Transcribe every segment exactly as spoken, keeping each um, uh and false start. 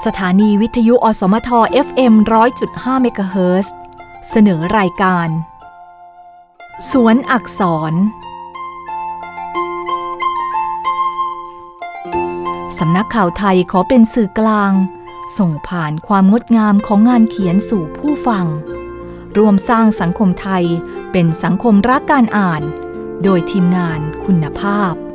สถานีวิทยุอสมท เอฟ เอ็ม หนึ่งร้อยจุดห้า เมกะเฮิรตซ์เสนอรายการสวนอักษรสำนักข่าวไทยขอเป็นสื่อกลางส่งผ่านความงดงามของงานเขียนสู่ผู้ฟังร่วมสร้างสังคมไทยเป็นสังคมรักการอ่านโดยทีมงานคุณภาพ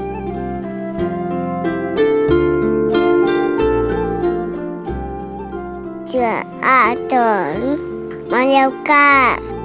เสืออาตนมาเร็วก้า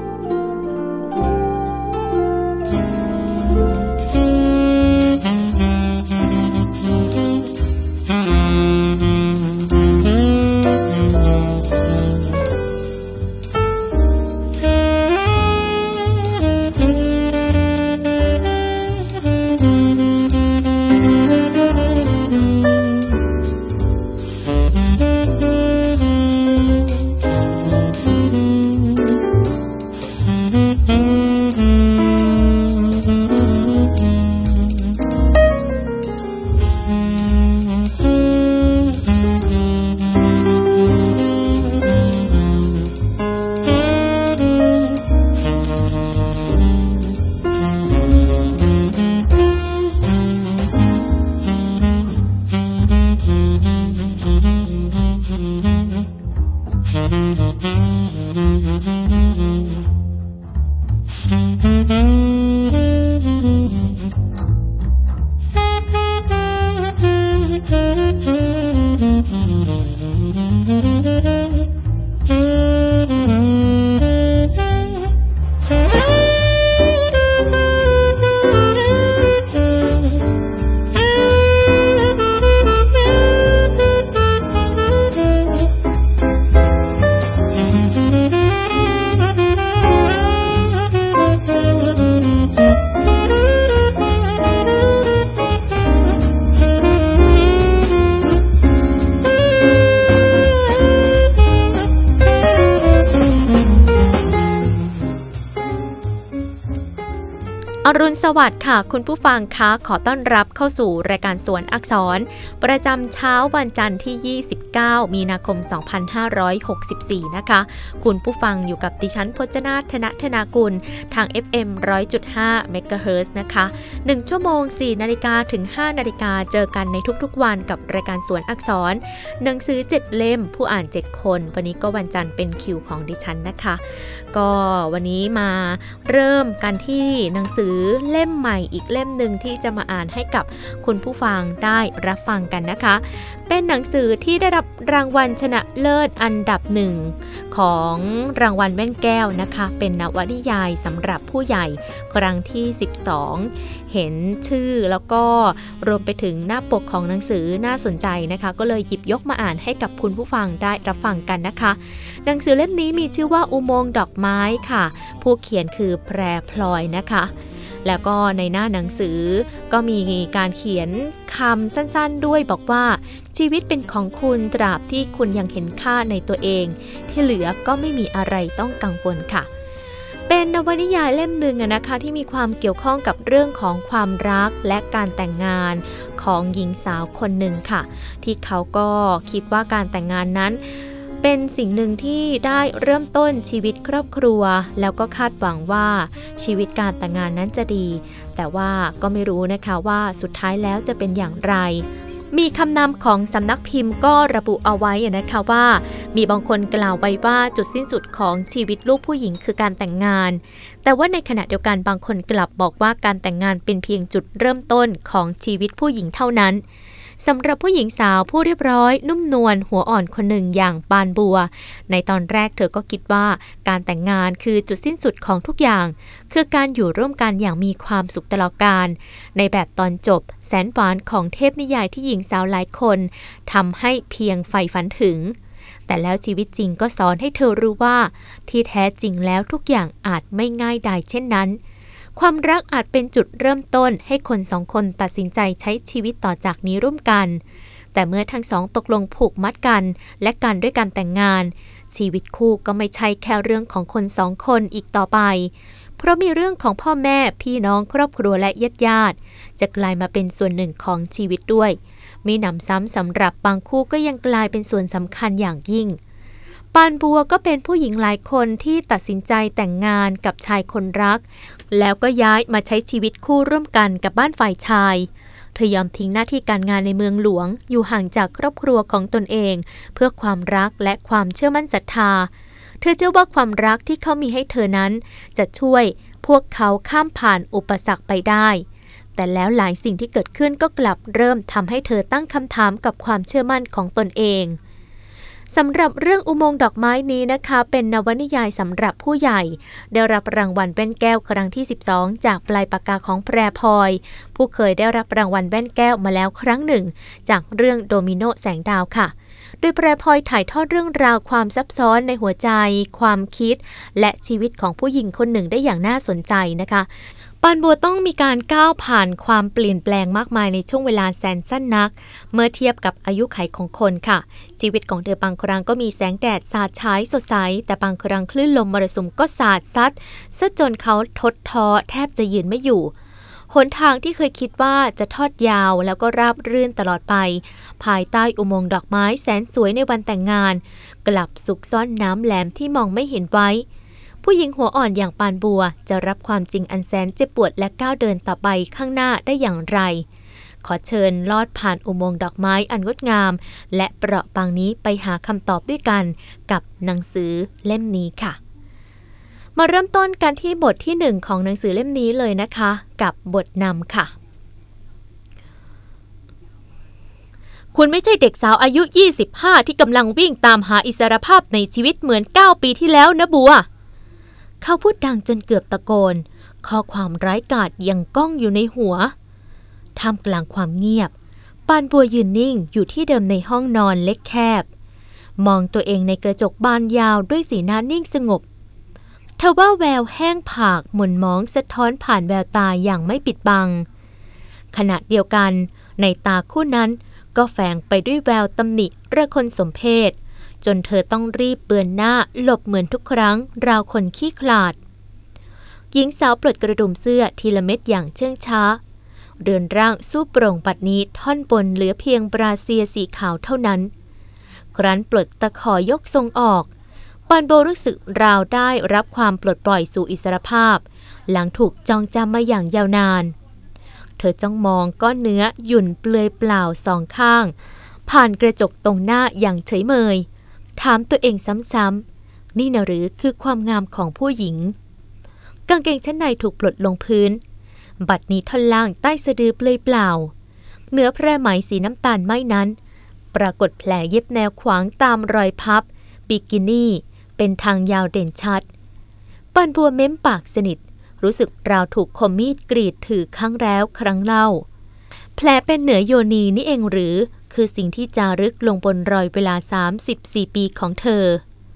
อรุณสวัสดิ์ค่ะคุณผู้ฟังคะขอต้อนรับเข้าสู่รายการสวนอักษรประจำเช้าวันจันทร์ที่ยี่สิบเก้ามีนาคมสองพันห้าร้อยหกสิบสี่นะคะคุณผู้ฟังอยู่กับดิฉันพจนาถ ธนธนากุลทาง เอฟ เอ็ม หนึ่งร้อยจุดห้า เมกะเฮิรตซ์นะคะหนึ่งชั่วโมงสี่นาฬิกาถึงห้านาฬิกาเจอกันในทุกๆวันกับรายการสวนอักษรหนังสือเจ็ดเล่มผู้อ่านเจ็ดคนวันนี้ก็วันจันทร์เป็นคิวของดิฉันนะคะก็วันนี้มาเริ่มกันที่หนังสือเล่มใหม่อีกเล่มหนึ่งที่จะมาอ่านให้กับคุณผู้ฟังได้รับฟังกันนะคะเป็นหนังสือที่ได้รับรางวัลชนะเลิศอันดับหนึ่งของรางวัลแว่นแก้วนะคะเป็นนวนิยายสำหรับผู้ใหญ่ครั้งที่สิบสองเห็นชื่อแล้วก็รวมไปถึงหน้าปกของหนังสือน่าสนใจนะคะก็เลยหยิบยกมาอ่านให้กับคุณผู้ฟังได้รับฟังกันนะคะหนังสือเล่มนี้มีชื่อว่าอุโมงค์ดอกไม้ค่ะผู้เขียนคือแพรพลอยนะคะแล้วก็ในหน้าหนังสือก็มีการเขียนคำสั้นๆด้วยบอกว่าชีวิตเป็นของคุณตราบที่คุณยังเห็นค่าในตัวเองที่เหลือก็ไม่มีอะไรต้องกังวลค่ะเป็นนวนิยายเล่มหนึ่งนะคะที่มีความเกี่ยวข้องกับเรื่องของความรักและการแต่งงานของหญิงสาวคนหนึ่งค่ะที่เขาก็คิดว่าการแต่งงานนั้นเป็นสิ่งหนึ่งที่ได้เริ่มต้นชีวิตครอบครัวแล้วก็คาดหวังว่าชีวิตการแต่งงานนั้นจะดีแต่ว่าก็ไม่รู้นะคะว่าสุดท้ายแล้วจะเป็นอย่างไรมีคำนำของสำนักพิมพ์ก็ระบุเอาไว้นะคะว่ามีบางคนกล่าวไว้ว่าจุดสิ้นสุดของชีวิตลูกผู้หญิงคือการแต่งงานแต่ว่าในขณะเดียวกันบางคนกลับบอกว่าการแต่งงานเป็นเพียงจุดเริ่มต้นของชีวิตผู้หญิงเท่านั้น สำหรับผู้หญิงสาวผู้เรียบร้อยนุ่มนวลหัวอ่อนคนหนึ่งอย่างปานบัวในตอนแรกเธอก็คิดว่าการแต่งงานคือจุดสิ้นสุดของทุกอย่างคือการอยู่ร่วมกันอย่างมีความสุขตลอดกาลในแบบตอนจบแสนหวานของเทพนิยายที่หญิงสาวหลายคนทำให้เพียงใฝ่ฝันถึงแต่แล้วชีวิตจริงก็สอนให้เธอรู้ว่าที่แท้จริงแล้วทุกอย่างอาจไม่ง่ายดายเช่นนั้นความรักอาจเป็นจุดเริ่มต้นให้คนสองคนตัดสินใจใช้ชีวิตต่อจากนี้ร่วมกันแต่เมื่อทั้งสองตกลงผูกมัดกันและกันด้วยการแต่งงานชีวิตคู่ก็ไม่ใช่แค่เรื่องของคนสองคนอีกต่อไปเพราะมีเรื่องของพ่อแม่พี่น้องครอบครัวและญาติญาติจะกลายมาเป็นส่วนหนึ่งของชีวิตด้วยมีหนำซ้ำสำหรับบางคู่ก็ยังกลายเป็นส่วนสำคัญอย่างยิ่งปานบัวก็เป็นผู้หญิงหลายคนที่ตัดสินใจแต่งงานกับชายคนรักแล้วก็ย้ายมาใช้ชีวิตคู่ร่วมกันกับบ้านฝ่ายชายเธอยอมทิ้งหน้าที่การงานในเมืองหลวงอยู่ห่างจากครอบครัวของตนเองเพื่อความรักและความเชื่อมั่นศรัทธาเธอเชื่อว่าความรักที่เขามีให้เธอนั้นจะช่วยพวกเขาข้ามผ่านอุปสรรคไปได้แต่แล้วหลายสิ่งที่เกิดขึ้นก็กลับเริ่มทำให้เธอตั้งคำถามกับความเชื่อมั่นของตนเองสำหรับเรื่องอุโมงค์ดอกไม้นี้นะคะเป็นนวนิยายสำหรับผู้ใหญ่ได้รับรางวัลแว่นแก้วครั้งที่สิบสองจากปลายปากกาของแพรพลอยผู้เคยได้รับรางวัลแว่นแก้วมาแล้วครั้งหนึ่งจากเรื่องโดมิโนแสงดาวค่ะโดยแพรพลอยถ่ายทอดเรื่องราวความซับซ้อนในหัวใจความคิดและชีวิตของผู้หญิงคนหนึ่งได้อย่างน่าสนใจนะคะปานบัวต้องมีการก้าวผ่านความเปลี่ยนแปลงมากมายในช่วงเวลาแสนสั้นนักเมื่อเทียบกับอายุขัยของคนค่ะชีวิตของเธอบางครั้งก็มีแสงแดดสาดฉายสดใสแต่บางครั้งคลื่นลมมรสุมก็สาดซัดซะจนเขาทดท้อแทบจะยืนไม่อยู่หนทางที่เคยคิดว่าจะทอดยาวแล้วก็ราบรื่นตลอดไปภายใต้อุโมงค์ดอกไม้แสนสวยในวันแต่งงานกลับซุกซ่อนน้ำแหลมที่มองไม่เห็นไว้ผู้หญิงหัวอ่อนอย่างปานบัวจะรับความจริงอันแสนเจ็บปวดและก้าวเดินต่อไปข้างหน้าได้อย่างไรขอเชิญลอดผ่านอุโมงค์ดอกไม้อันงดงามและเปราะบางนี้ไปหาคำตอบด้วยกันกับหนังสือเล่มนี้ค่ะมาเริ่มต้นกันที่บทที่หนึ่งของหนังสือเล่มนี้เลยนะคะกับบทนำค่ะคุณไม่ใช่เด็กสาวอายุยี่สิบห้าที่กำลังวิ่งตามหาอิสรภาพในชีวิตเหมือนเก้าปีที่แล้วนะบัวเขาพูดดังจนเกือบตะโกนข้อความร้ายกาจยังก้องอยู่ในหัวท่ามกลางความเงียบปานบัวยืนนิ่งอยู่ที่เดิมในห้องนอนเล็กแคบมองตัวเองในกระจกบานยาวด้วยสีหน้านิ่งสงบทว่าแววแห้งผากหม่นหมองสะท้อนผ่านแววตาอย่างไม่ปิดบังขณะเดียวกันในตาคู่นั้นก็แฝงไปด้วยแววตำหนิระคนสมเพศจนเธอต้องรีบเบือนหน้าหลบเหมือนทุกครั้งราวคนขี้ขลาดหญิงสาวปลดกระดุมเสื้อทีละเม็ดอย่างเชื่องช้าเรือนร่างสู้โปร่งปัดนี้ท่อนบนเหลือเพียงบราเซียสีขาวเท่านั้นครั้นปลดตะขอยกทรงออกปานโบรู้สึกราวได้รับความปลดปล่อยสู่อิสรภาพหลังถูกจองจำมาอย่างยาวนานเธอจ้องมองก้อนเนื้อหยุ่นเปลือยเปล่าสองข้างผ่านกระจกตรงหน้าอย่างเฉยเมยถามตัวเองซ้ำๆนี่นะหรือคือความงามของผู้หญิงกางเกงชั้นในถูกปลดลงพื้นบัดนี้ท่อนล่างใต้สะดือเปลือยเปล่าเนื้อแพร่ไหมสีน้ำตาลไหม้นั้นปรากฏแผลเย็บแนวขวางตามรอยพับบิกินี่เป็นทางยาวเด่นชัดปานบัวเม้มปากสนิทรู้สึกราวถูกคมมีดกรีดถือครั้งแล้วครั้งเล่าแผลเป็นเหนือโยนีนี่เองหรือคือสิ่งที่จารึกลงบนรอยเวลาสามสิบสี่ปีของเธอ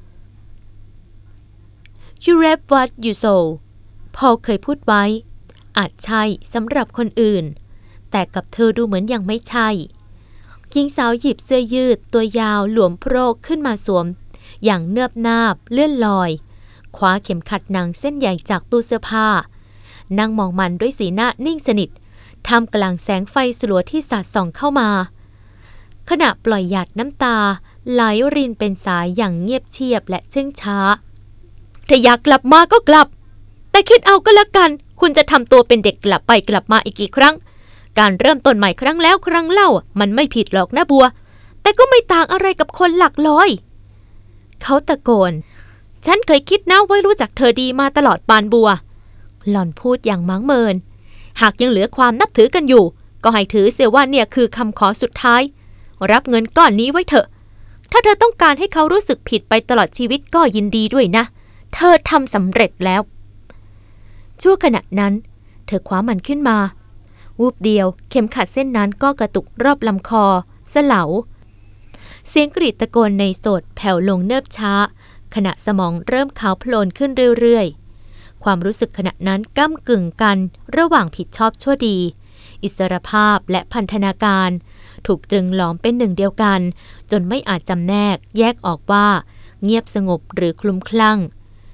You reap what you sow พอลเคยพูดไว้อาจใช่สำหรับคนอื่นแต่กับเธอดูเหมือนยังไม่ใช่หญิงสาวหยิบเสื้อยืดตัวยาวหลวมโพรกขึ้นมาสวมอย่างเนือบนาบเลื่อนลอยคว้าเข็มขัดหนังเส้นใหญ่จากตู้เสื้อผ้านั่งมองมันด้วยสีหน้านิ่งสนิทท่ามกลางแสงไฟสลัวที่สาดส่องเข้ามาขณะปล่อยหยาดน้ำตาไหลรินเป็นสายอย่างเงียบเชียบและเชื่องช้าถ้าอยากกลับมาก็กลับแต่คิดเอาก็แล้วกันคุณจะทำตัวเป็นเด็กกลับไปกลับมาอีกกี่ครั้งการเริ่มต้นใหม่ครั้งแล้วครั้งเล่ามันไม่ผิดหรอกนะบัวแต่ก็ไม่ต่างอะไรกับคนหลักร้อยเขาตะโกนฉันเคยคิดนะว่ารู้จักเธอดีมาตลอดปานบัวหล่อนพูดอย่างมั้งเมินหากยังเหลือความนับถือกันอยู่ก็ให้ถือเสียว่าเนี่ยคือคำขอสุดท้ายรับเงินก้อนนี้ไว้เถอะถ้าเธอต้องการให้เขารู้สึกผิดไปตลอดชีวิตก็ยินดีด้วยนะเธอทำสำเร็จแล้วชั่วขณะนั้นเธอคว้ามันขึ้นมาวูบเดียวเข็มขัดเส้นนั้นก็กระตุกรอบลำคอเสลาเสียงกรีดตะโกนในโสดแผ่วลงเนิบช้าขณะสมองเริ่มขาวโพลนขึ้นเรื่อยๆความรู้สึกขณะนั้นก้ำกึ่งกันระหว่างผิดชอบชั่วดีอิสรภาพและพันธนาการถูกตรึงหลอมเป็นหนึ่งเดียวกันจนไม่อาจจำแนกแยกออกว่าเงียบสงบหรือคลุ้มคลั่ง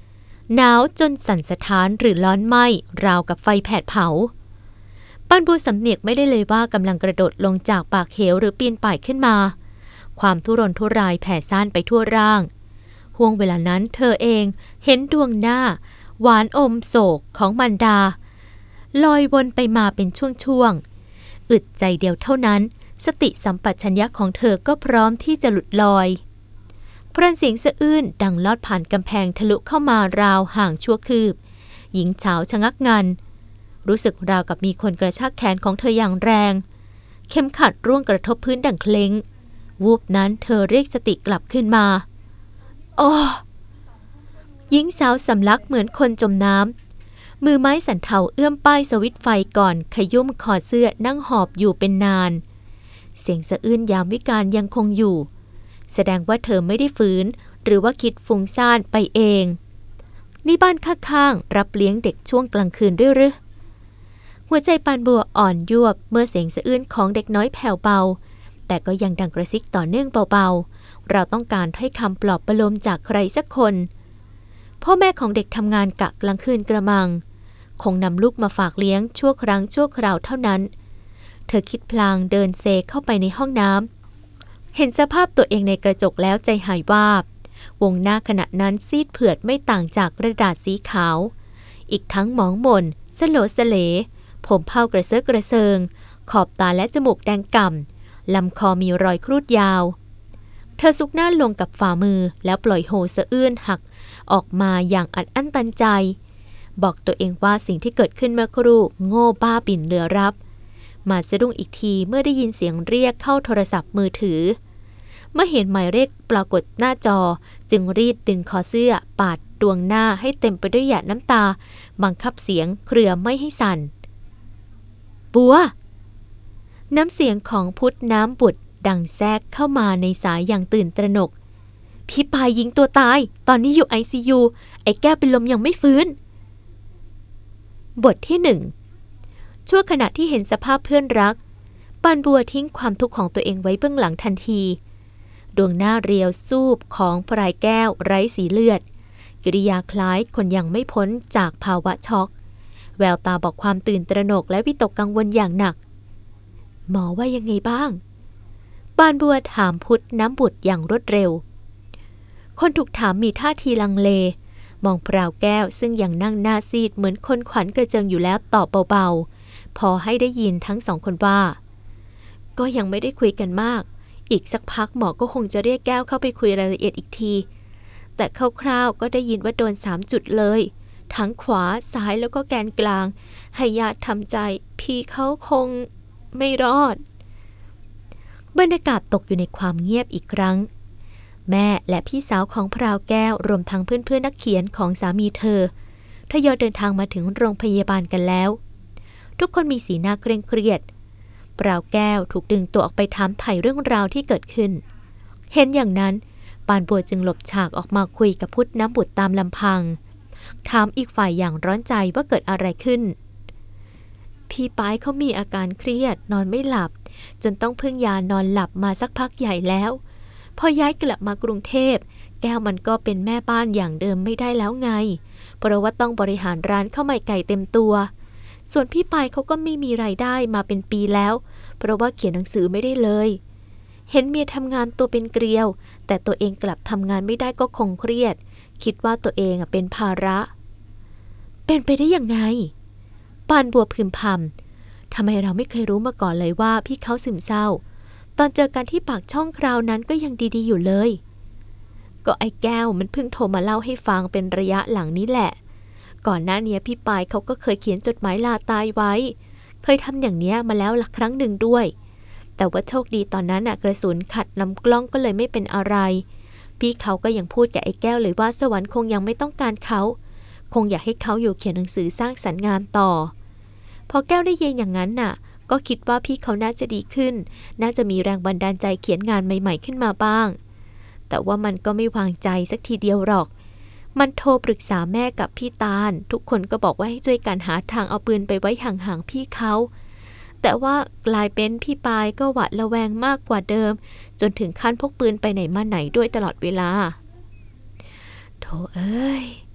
หนาวจนสั่นสะท้านหรือร้อนไหม้ราวกับไฟแผดเผาปันบัวสำเนียกไม่ได้เลยว่ากำลังกระโดดลงจากปากเหวหรือปีนป่ายขึ้นมาความทุรนทุรายแผ่ซ่านไปทั่วร่างห่วงเวลานั้นเธอเองเห็นดวงหน้าหวานอมโศกของมารดาลอยวนไปมาเป็นช่วงๆอึดใจเดียวเท่านั้นสติสัมปชัญญะของเธอก็พร้อมที่จะหลุดลอยพรันเสียงสะอื้นดังลอดผ่านกำแพงทะลุเข้ามาราวห่างชั่วคืบหญิงเฉาชะงักงันรู้สึกราวกับมีคนกระชากแขนของเธออย่างแรงเข็มขัดร่วงกระทบพื้นดังเคล้งวูบนั้นเธอเรียกสติกลับขึ้นมาโอ้หญิงสาวสำลักเหมือนคนจมน้ำมือไม้สั่นเทาเอื้อมป้ายสวิตช์ไฟก่อนขยุ่มคอเสื้อนั่งหอบอยู่เป็นนานเสียงสะอื้นยามวิกาลยังคงอยู่แสดงว่าเธอไม่ได้ฝืนหรือว่าคิดฟุ้งซ่านไปเองนี่บ้านข้างๆรับเลี้ยงเด็กช่วงกลางคืนด้วยหรือหัวใจปานบัวอ่อนยวบเมื่อเสียงสะอื้นของเด็กน้อยแผ่วเบาแต่ก็ยังดังกระซิกต่อเนื่องเบาๆเราต้องการให้คำปลอบประโลมจากใครสักคนพ่อแม่ของเด็กทำงานกะกลางคืนกระมังคงนำลูกมาฝากเลี้ยงชั่วครั้งชั่วคราวเท่านั้นเธอคิดพลางเดินเซเข้าไปในห้องน้ำเห็นสภาพตัวเองในกระจกแล้วใจหายวาบวงหน้าขณะนั้นซีดเผือดไม่ต่างจากกระดาษสีขาวอีกทั้งหมองหม่นสโลสเลผมเผากระเซาะกระเซิงขอบตาและจมูกแดงก่ำลำคอมีรอยครูดยาวเธอซุกหน้าลงกับฝ่ามือแล้วปล่อยโฮสะอื้นหักออกมาอย่างอัดอั้นตันใจบอกตัวเองว่าสิ่งที่เกิดขึ้นเมื่อครู่โง่บ้าบิ่นเหลือรับมาสะดุ้งอีกทีเมื่อได้ยินเสียงเรียกเข้าโทรศัพท์มือถือเมื่อเห็นหมายเลขปรากฏหน้าจอจึงรีบดึงคอเสื้อปาดดวงหน้าให้เต็มไปด้วยหยาดน้ำตาบังคับเสียงเครือไม่ให้สั่นบัวน้ำเสียงของพุทธน้ำบุตรดังแทรกเข้ามาในสายอย่างตื่นตระหนกพี่ปายยิงตัวตายตอนนี้อยู่ ไอ ซี ยู ไอ้แก้วเป็นลมยังไม่ฟื้นบทที่หนึ่งชั่วขณะที่เห็นสภาพเพื่อนรักปานบัวทิ้งความทุกข์ของตัวเองไว้เบื้องหลังทันทีดวงหน้าเรียวซูบของปลายแก้วไร้สีเลือดกิริยาคล้ายคนยังไม่พ้นจากภาวะช็อกแววตาบอกความตื่นตระหนกและวิตกกังวลอย่างหนักหมอว่ายังไงบ้างปานบัวถามพุทธน้ำบุตรอย่างรวดเร็วคนถูกถามมีท่าทีลังเลมองพราวแก้วซึ่งยังนั่งหน้าซีดเหมือนคนขวัญกระเจิงอยู่แล้วตอบเบาๆพอให้ได้ยินทั้งสองคนว่าก็ยังไม่ได้คุยกันมากอีกสักพักหมอก็คงจะเรียกแก้วเข้าไปคุยรายละเอียดอีกทีแต่คร่าวๆก็ได้ยินว่าโดนสามจุดเลยทั้งขวาซ้ายแล้วก็แกนกลางให้ญาติทำใจพี่เขาคงไม่รอดบรรยากาศตกอยู่ในความเงียบอีกครั้งแม่และพี่สาวของพราวแก้วรวมทั้งเพื่อนๆนักเขียนของสามีเธอทยอยเดินทางมาถึงโรงพยาบาลกันแล้วทุกคนมีสีหน้าเคร่งเครียดพราวแก้วถูกดึงตัวออกไปถามไถ่เรื่องราวที่เกิดขึ้นเห็นอย่างนั้นปานบัวจึงหลบฉากออกมาคุยกับพุทธน้ำบุตรตามลำพังถามอีกฝ่ายอย่างร้อนใจว่าเกิดอะไรขึ้นพี่ปายเขามีอาการเครียดนอนไม่หลับจนต้องพึ่งยานอนหลับมาสักพักใหญ่แล้วพอย้ายกลับมากรุงเทพแก้วมันก็เป็นแม่บ้านอย่างเดิมไม่ได้แล้วไงเพราะว่าต้องบริหารร้านข้าวมันไก่เต็มตัวส่วนพี่ปายเขาก็ไม่มีรายได้มาเป็นปีแล้วเพราะว่าเขียนหนังสือไม่ได้เลยเห็นเมียทำงานตัวเป็นเกลียวแต่ตัวเองกลับทำงานไม่ได้ก็คงเครียดคิดว่าตัวเองเป็นภาระเป็นไปได้ยังไงปานบัวพึมพำทำไมเราไม่เคยรู้มาก่อนเลยว่าพี่เขาซึมเศร้าตอนเจอกันที่ปากช่องคราวนั้นก็ยังดีๆอยู่เลยก็ไอ้แก้วมันเพิ่งโทรมาเล่าให้ฟังเป็นระยะหลังนี้แหละก่อนหน้านี้พี่ปายเขาก็เคยเขียนจดหมายลาตายไว้เคยทำอย่างนี้มาแล้วละครั้งหนึ่งด้วยแต่ว่าโชคดีตอนนั้นกระสุนขัดลำกล้องก็เลยไม่เป็นอะไรพี่เขาก็ยังพูดกับไอ้แก้วเลยว่าสวรรค์คงยังไม่ต้องการเขาคงอยากให้เขาอยู่เขียนหนังสือสร้างสรรค์งานต่อพอแก้วได้ยินอย่างนั้นน่ะก็คิดว่าพี่เขาน่าจะดีขึ้นน่าจะมีแรงบันดาลใจเขียนงานใหม่ๆขึ้นมาบ้างแต่ว่ามันก็ไม่วางใจสักทีเดียวหรอกมันโทรปรึกษาแม่กับพี่ตาลทุกคนก็บอกว่าให้ช่วยกันหาทางเอาปืนไปไว้ห่างๆพี่เขาแต่ว่ากลายเป็นพี่ปายก็หวาดระแวงมากกว่าเดิมจนถึงขั้นพกปืนไปไหนมาไหนด้วยตลอดเวลาโธ่เอ้ย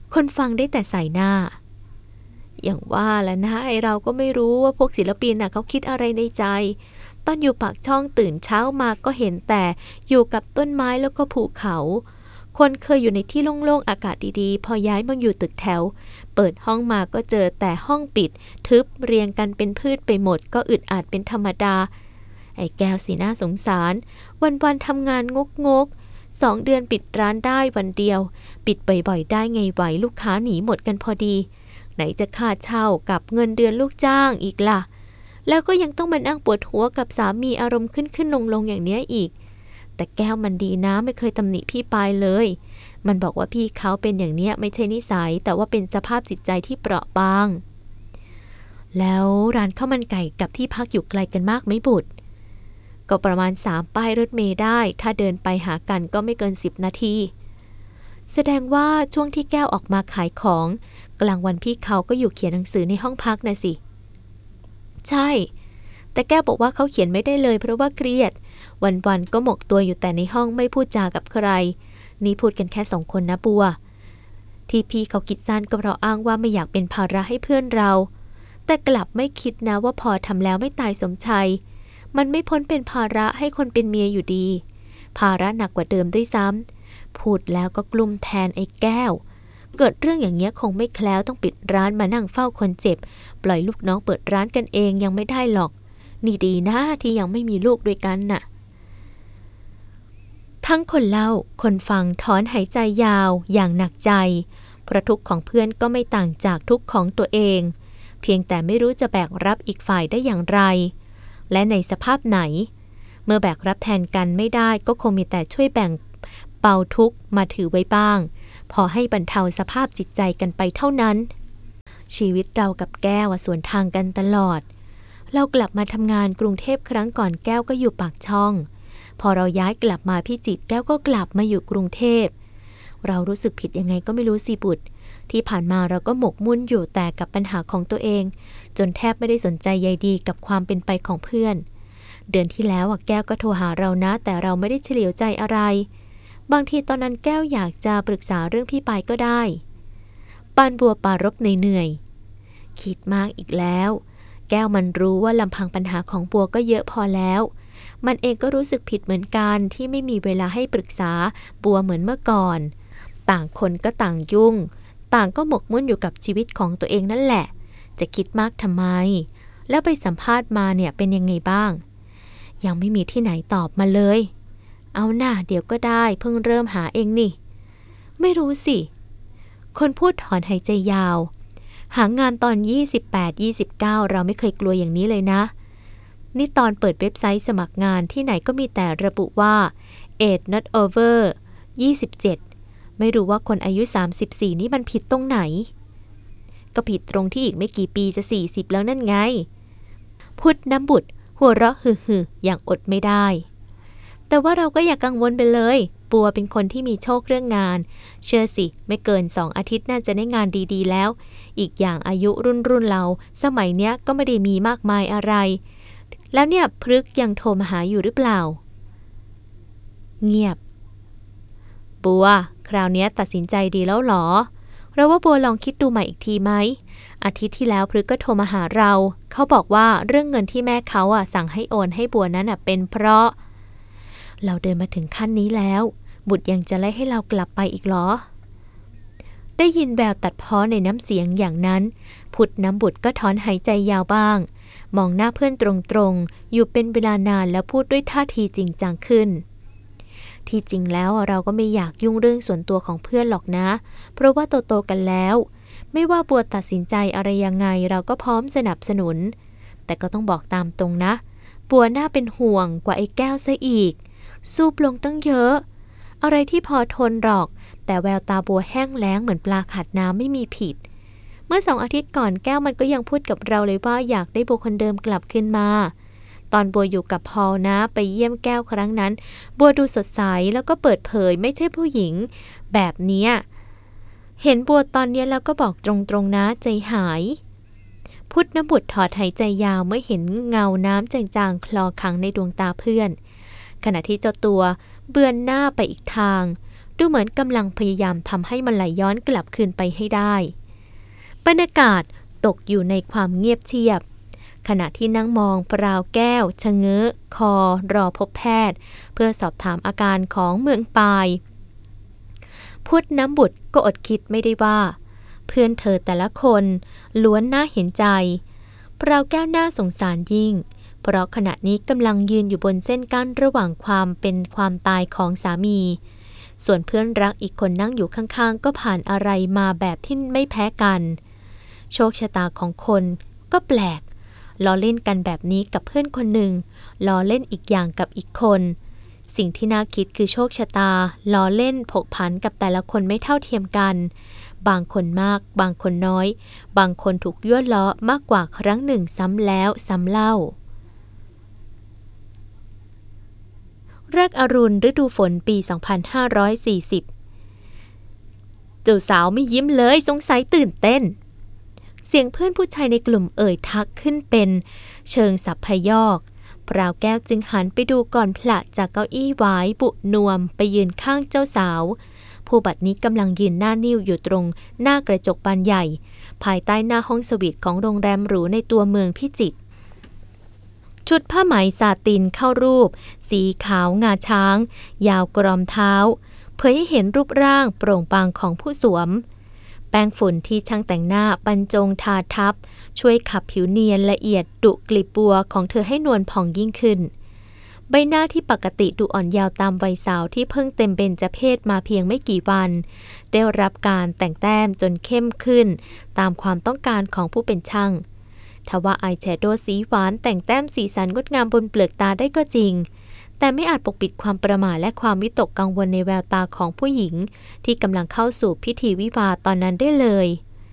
คนฟังได้แต่ใส่หน้าอย่างว่าแหละนะไอเราก็ไม่รู้ว่าพวกศิลปินน่ะเขาคิดอะไรในใจตอนอยู่ปากช่องตื่นเช้ามาก็เห็นแต่อยู่กับต้นไม้แล้วก็ภูเขาคนเคยอยู่ในที่โล่งๆอากาศดีๆพอย้ายมาอยู่ตึกแถวเปิดห้องมาก็เจอแต่ห้องปิดทึบเรียงกันเป็นพืชไปหมดก็อึดอัดเป็นธรรมดาไอ้แก้วสีหน้าสงสารวันๆทำงานงกงกสองเดือนปิดร้านได้วันเดียวปิดบ่อยๆได้ไงไหวลูกค้าหนีหมดกันพอดีไหนจะค่าเช่ากับเงินเดือนลูกจ้างอีกล่ะแล้วก็ยังต้องมานั่งปวดหัวกับสามีอารมณ์ขึ้นขึ้นลงลงอย่างเนี้ยอีกแต่แก้วมันดีนะไม่เคยตำหนิพี่ปายเลยมันบอกว่าพี่เขาเป็นอย่างเนี้ยไม่ใช่นิสัยแต่ว่าเป็นสภาพจิตใจที่เปราะบางแล้วร้านข้าวมันไก่กับที่พักอยู่ไกลกันมากไหมบุตรก็ประมาณสามป้ายรถเมล์ได้ถ้าเดินไปหากันก็ไม่เกินสิบนาทีแสดงว่าช่วงที่แก้วออกมาขายของกลางวันพี่เขาก็อยู่เขียนหนังสือในห้องพักนะสิใช่แต่แก้วบอกว่าเขาเขียนไม่ได้เลยเพราะว่าเครียดวันๆก็หมกตัวอยู่แต่ในห้องไม่พูดจากับใครนี่พูดกันแค่สองคนนะบัวที่พี่เขาคิดสั้นก็เพราะอ้างว่าไม่อยากเป็นภาระให้เพื่อนเราแต่กลับไม่คิดนะว่าพอทำแล้วไม่ตายสมชัยมันไม่พ้นเป็นภาระให้คนเป็นเมียอยู่ดีภาระหนักกว่าเดิมด้วยซ้ำพูดแล้วก็กลุ้มแทนไอ้แก้วเกิดเรื่องอย่างเงี้ยคงไม่แคล้วต้องปิดร้านมานั่งเฝ้าคนเจ็บปล่อยลูกน้องเปิดร้านกันเองยังไม่ได้หรอกนี่ดีนะที่ยังไม่มีลูกด้วยกันน่ะทั้งคนเล่าคนฟังถอนหายใจยาวอย่างหนักใจเพราะทุกข์ของเพื่อนก็ไม่ต่างจากทุกข์ของตัวเองเพียงแต่ไม่รู้จะแบกรับอีกฝ่ายได้อย่างไรและในสภาพไหนเมื่อแบกรับแทนกันไม่ได้ก็คงมีแต่ช่วยแบ่งเบาทุกข์มาถือไว้บ้างพอให้บรรเทาสภาพจิตใจกันไปเท่านั้นชีวิตเรากับแก้วสวนทางกันตลอดเรากลับมาทำงานกรุงเทพครั้งก่อนแก้วก็อยู่ปากช่องพอเราย้ายกลับมาพิจิตรแก้วก็กลับมาอยู่กรุงเทพเรารู้สึกผิดยังไงก็ไม่รู้สิบุตรที่ผ่านมาเราก็หมกมุ่นอยู่แต่กับปัญหาของตัวเองจนแทบไม่ได้สนใจใยดีกับความเป็นไปของเพื่อนเดือนที่แล้วแก้วก็โทรหาเรานะแต่เราไม่ได้เฉลียวใจอะไรบางทีตอนนั้นแก้วอยากจะปรึกษาเรื่องพี่ปายก็ได้ปานบัวปารภเหนื่อยๆคิดมากอีกแล้วแก้วมันรู้ว่าลำพังปัญหาของบัวก็เยอะพอแล้วมันเองก็รู้สึกผิดเหมือนกันที่ไม่มีเวลาให้ปรึกษาบัวเหมือนเมื่อก่อนต่างคนก็ต่างยุ่งต่างก็หมกมุ่นอยู่กับชีวิตของตัวเองนั่นแหละจะคิดมากทำไมแล้วไปสัมภาษณ์มาเนี่ยเป็นยังไงบ้างยังไม่มีที่ไหนตอบมาเลยเอาหน้าเดี๋ยวก็ได้เพิ่งเริ่มหาเองนี่ไม่รู้สิคนพูดถอนหายใจยาวหางานตอนยี่สิบแปด ยี่สิบเก้าเราไม่เคยกลัวอย่างนี้เลยนะนี่ตอนเปิดเว็บไซต์สมัครงานที่ไหนก็มีแต่ระบุว่า age not over ยี่สิบเจ็ดไม่รู้ว่าคนอายุสามสิบสี่นี่มันผิดตรงไหนก็ผิดตรงที่อีกไม่กี่ปีจะสี่สิบแล้วนั่นไงพุทธน้ำบุตรหัวเราะฮือๆอย่างอดไม่ได้แต่ว่าเราก็อย่ากังวลไปเลยบัวเป็นคนที่มีโชคเรื่องงานเชื่อสิไม่เกินสองอาทิตย์น่าจะได้งานดีๆแล้วอีกอย่างอายุรุ่นรุ่นเราสมัยเนี้ยก็ไม่ได้มีมากมายอะไรแล้วเนี่ยพฤกษ์ยังโทรมาหาอยู่หรือเปล่าเงียบบัวคราวนี้ตัดสินใจดีแล้วหรอเราว่าบัวลองคิดดูใหม่อีกทีไหมอาทิตย์ที่แล้วพฤกษ์ก็โทรมาหาเราเขาบอกว่าเรื่องเงินที่แม่เขาอ่ะสั่งให้โอนให้บัวนั้นอ่ะเป็นเพราะเราเดินมาถึงขั้นนี้แล้วบุตรยังจะไล่ให้เรากลับไปอีกหรอได้ยินแววตัดพ้อในน้ำเสียงอย่างนั้นพุทธน้ำบุตรก็ถอนหายใจยาวบ้างมองหน้าเพื่อนตรงๆอยู่เป็นเวลานานแล้วพูดด้วยท่าทีจริงจังขึ้นที่จริงแล้วเราก็ไม่อยากยุ่งเรื่องส่วนตัวของเพื่อนหรอกนะเพราะว่าโตๆกันแล้วไม่ว่าบัวตัดสินใจอะไรยังไงเราก็พร้อมสนับสนุนแต่ก็ต้องบอกตามตรงนะบัวน่าเป็นห่วงกว่าไอ้แก้วซะอีกซูบลงตั้งเยอะอะไรที่พอทนหรอกแต่แววตาบัวแห้งแล้งเหมือนปลาขาดน้ำไม่มีผิดเมื่อสองอาทิตย์ก่อนแก้วมันก็ยังพูดกับเราเลยว่าอยากได้บัวคนเดิมกลับขึ้นมาตอนบัวอยู่กับพอลนะไปเยี่ยมแก้วครั้งนั้นบัวดูสดใสแล้วก็เปิดเผยไม่ใช่ผู้หญิงแบบนี้เห็นบัวตอนนี้แล้วก็บอกตรงๆนะใจหายพุทธน้ำบุตรถอดหายใจยาวเมื่อเห็นเงาน้ำจางๆคลอขังในดวงตาเพื่อนขณะที่เจ้าตัวเบือนหน้าไปอีกทางดูเหมือนกำลังพยายามทำให้มันไหลย้อนกลับคืนไปให้ได้บรรยากาศตกอยู่ในความเงียบเชียบขณะที่นั่งมองปราวแก้วชะเง้อคอรอพบแพทย์เพื่อสอบถามอาการของเมืองปายพุทธน้ำบุตรก็อดคิดไม่ได้ว่าเพื่อนเธอแต่ละคนล้วนน่าเห็นใจปราวแก้วน่าสงสารยิ่งเพราะขณะนี้กำลังยืนอยู่บนเส้นกั้นระหว่างความเป็นความตายของสามีส่วนเพื่อนรักอีกคนนั่งอยู่ข้างๆก็ผ่านอะไรมาแบบที่ไม่แพ้กันโชคชะตาของคนก็แปลกล้อเล่นกันแบบนี้กับเพื่อนคนหนึ่งล้อเล่นอีกอย่างกับอีกคนสิ่งที่น่าคิดคือโชคชะตาล้อเล่นผกผันกับแต่ละคนไม่เท่าเทียมกันบางคนมากบางคนน้อยบางคนถูกยั่วล้อมากกว่าครั้งหนึ่งซ้ำแล้วซ้ำเล่าแรกอรุณฤดูฝนปีสองพันห้าร้อยสี่สิบเจ้าสาวไม่ยิ้มเลยสงสัยตื่นเต้นเสียงเพื่อนผู้ชายในกลุ่มเอ่ยทักขึ้นเป็นเชิงสับพยอกปราวแก้วจึงหันไปดูก่อนผละจากเก้าอี้ไว้บุนวมไปยืนข้างเจ้าสาวผู้บัดนี้กำลังยืนหน้านิ่วอยู่ตรงหน้ากระจกบานใหญ่ภายใต้หน้าห้องสวีทของโรงแรมหรูในตัวเมืองพิจิตรชุดผ้าไหมซาตินเข้ารูปสีขาวงาช้างยาวกรอมเท้าเผยให้เห็นรูปร่างโปร่งบางของผู้สวมแป้งฝุ่นที่ช่างแต่งหน้าบรรจงทาทับช่วยขับผิวเนียนละเอียดดุกลีบบัวของเธอให้นวลผ่องยิ่งขึ้นใบหน้าที่ปกติดูอ่อนยาวตามวัยสาวที่เพิ่งเต็มเบญจเพสมาเพียงไม่กี่วันได้รับการแต่งแต้มจนเข้มขึ้นตามความต้องการของผู้เป็นช่างทว่าอายแชโดว์สีหวานแต่งแต้มสีสันงดงามบนเปลือกตาได้ก็จริงแต่ไม่อาจปกปิดความประหม่าและความวิตกกังวลในแววตาของผู้หญิงที่กำลังเข้าสู่พิธีวิวาห์ตอนนั้นได้เลย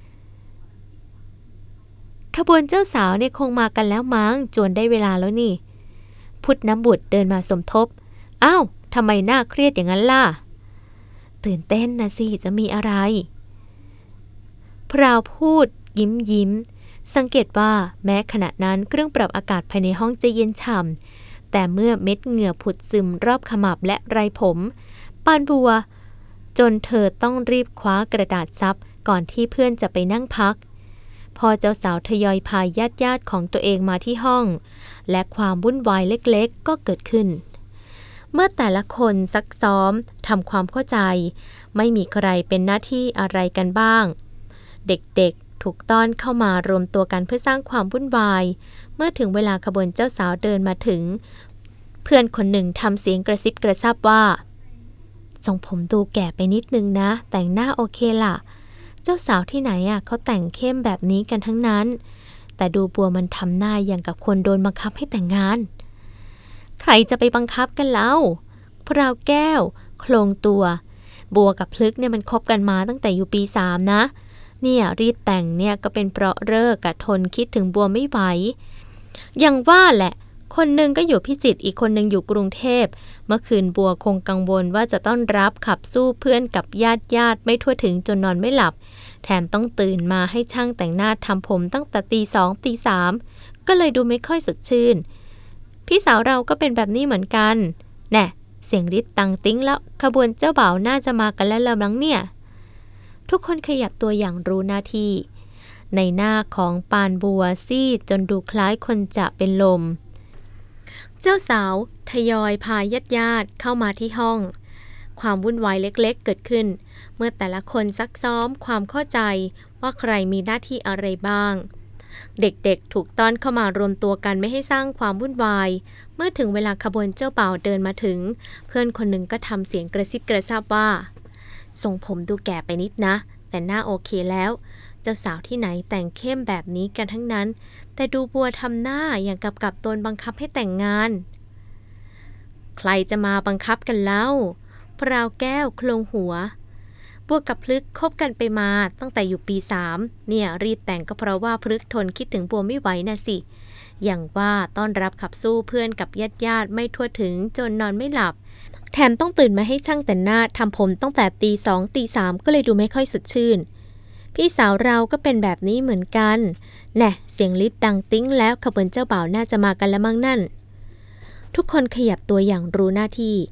ขบวนเจ้าสาวเนี่ยคงมากันแล้วมั้งจวนได้เวลาแล้วนี่พุทธน้ำบุตรเดินมาสมทบอ้าวทำไมหน้าเครียดอย่างนั้นล่ะตื่นเต้นนะสิจะมีอะไรพราวพูดยิ้มยิ้มสังเกตว่าแม้ขณะนั้นเครื่องปรับอากาศภายในห้องจะเย็นฉ่ำแต่เมื่อเม็ดเหงื่อผุดซึมรอบขมับและไรผมปานบัวจนเธอต้องรีบคว้ากระดาษซับก่อนที่เพื่อนจะไปนั่งพักพอเจ้าสาวทยอยพาญาติญาติของตัวเองมาที่ห้องและความวุ่นวายเล็กๆก็เกิดขึ้นเมื่อแต่ละคนซักซ้อมทำความเข้าใจไม่มีใครเป็นหน้าที่อะไรกันบ้างเด็กๆถูกต้อนเข้ามารวมตัวกันเพื่อสร้างความวุ่นวายเมื่อถึงเวลาขบวนเจ้าสาวเดินมาถึงเพื่อนคนหนึ่งทำเสียงกระซิบกระซาบว่าทรงผมดูแก่ไปนิดนึงนะแต่งหน้าโอเคล่ะเจ้าสาวที่ไหนอ่ะเขาแต่งเข้มแบบนี้กันทั้งนั้นแต่ดูบัวมันทำหน้าอย่างกับคนโดนบังคับให้แต่งงานใครจะไปบังคับกันเล่าพราวแก้วโคลงตัวบัวกับพลึกเนี่ยมันคบกันมาตั้งแต่อยู่ปีสามนะเนี่ยรีดแต่งเนี่ยก็เป็นเพราะเลิกกับทนคิดถึงบัวไม่ไหวอย่างว่าแหละคนหนึ่งก็อยู่พิจิตรอีกคนหนึ่งอยู่กรุงเทพเมื่อคืนบัวคงกังวลว่าจะต้องรับขับสู้เพื่อนกับญาติญาติไม่ทั่วถึงจนนอนไม่หลับแถมต้องตื่นมาให้ช่างแต่งหน้าทำผมตั้งแต่ตีสองตีสามก็เลยดูไม่ค่อยสดชื่นพี่สาวเราก็เป็นแบบนี้เหมือนกันแน่เสียงริดตังติ้งแล้วขบวนเจ้าบ่าวน่าจะมากันแล้วละมั้งเนี่ยทุกคนขยับตัวอย่างรู้หน้าที่ในหน้าของปานบัวซีดจนดูคล้ายคนจะเป็นลมเจ้าสาวทยอยพาญาติญาติเข้ามาที่ห้องความวุ่นวายเล็กๆเกิดขึ้นเมื่อแต่ละคนซักซ้อมความเข้าใจว่าใครมีหน้าที่อะไรบ้างเด็กๆถูกต้อนเข้ามารวมตัวกันไม่ให้สร้างความวุ่นวายเมื่อถึงเวลาขบวนเจ้าบ่าวเดินมาถึงเพื่อนคนหนึ่งก็ทำเสียงกระซิบกระซาบว่าทรงผมดูแก่ไปนิดนะแต่หน้าโอเคแล้วเจ้าสาวที่ไหนแต่งเข้มแบบนี้กันทั้งนั้นแต่ดูบัวทำหน้าอย่างกับกับตนบังคับให้แต่งงานใครจะมาบังคับกันเล่าพราวแก้วโคลงหัวบัวกับพลึกคบกันไปมาตั้งแต่อยู่ปีสามเนี่ยรีบแต่งก็เพราะว่าพลึกทนคิดถึงบัวไม่ไหวนะสิอย่างว่าต้อนรับขับสู้เพื่อนกับญาติญาติไม่ทั่วถึงจนนอนไม่หลับแถมต้องตื่นมาให้ช่างแต่งหน้าทำผมตั้งแต่ตีสองตีสามก็เลยดูไม่ค่อยสดชื่นพี่สาวเราก็เป็นแบบนี้เหมือนกันแน่เสียงลิดดังติ้งแล้วขบวนเจ้าบ่าวน่าจะมากันแล้วมั้งนั่นทุกคนขยับตัวอย่างรู้หน้าที่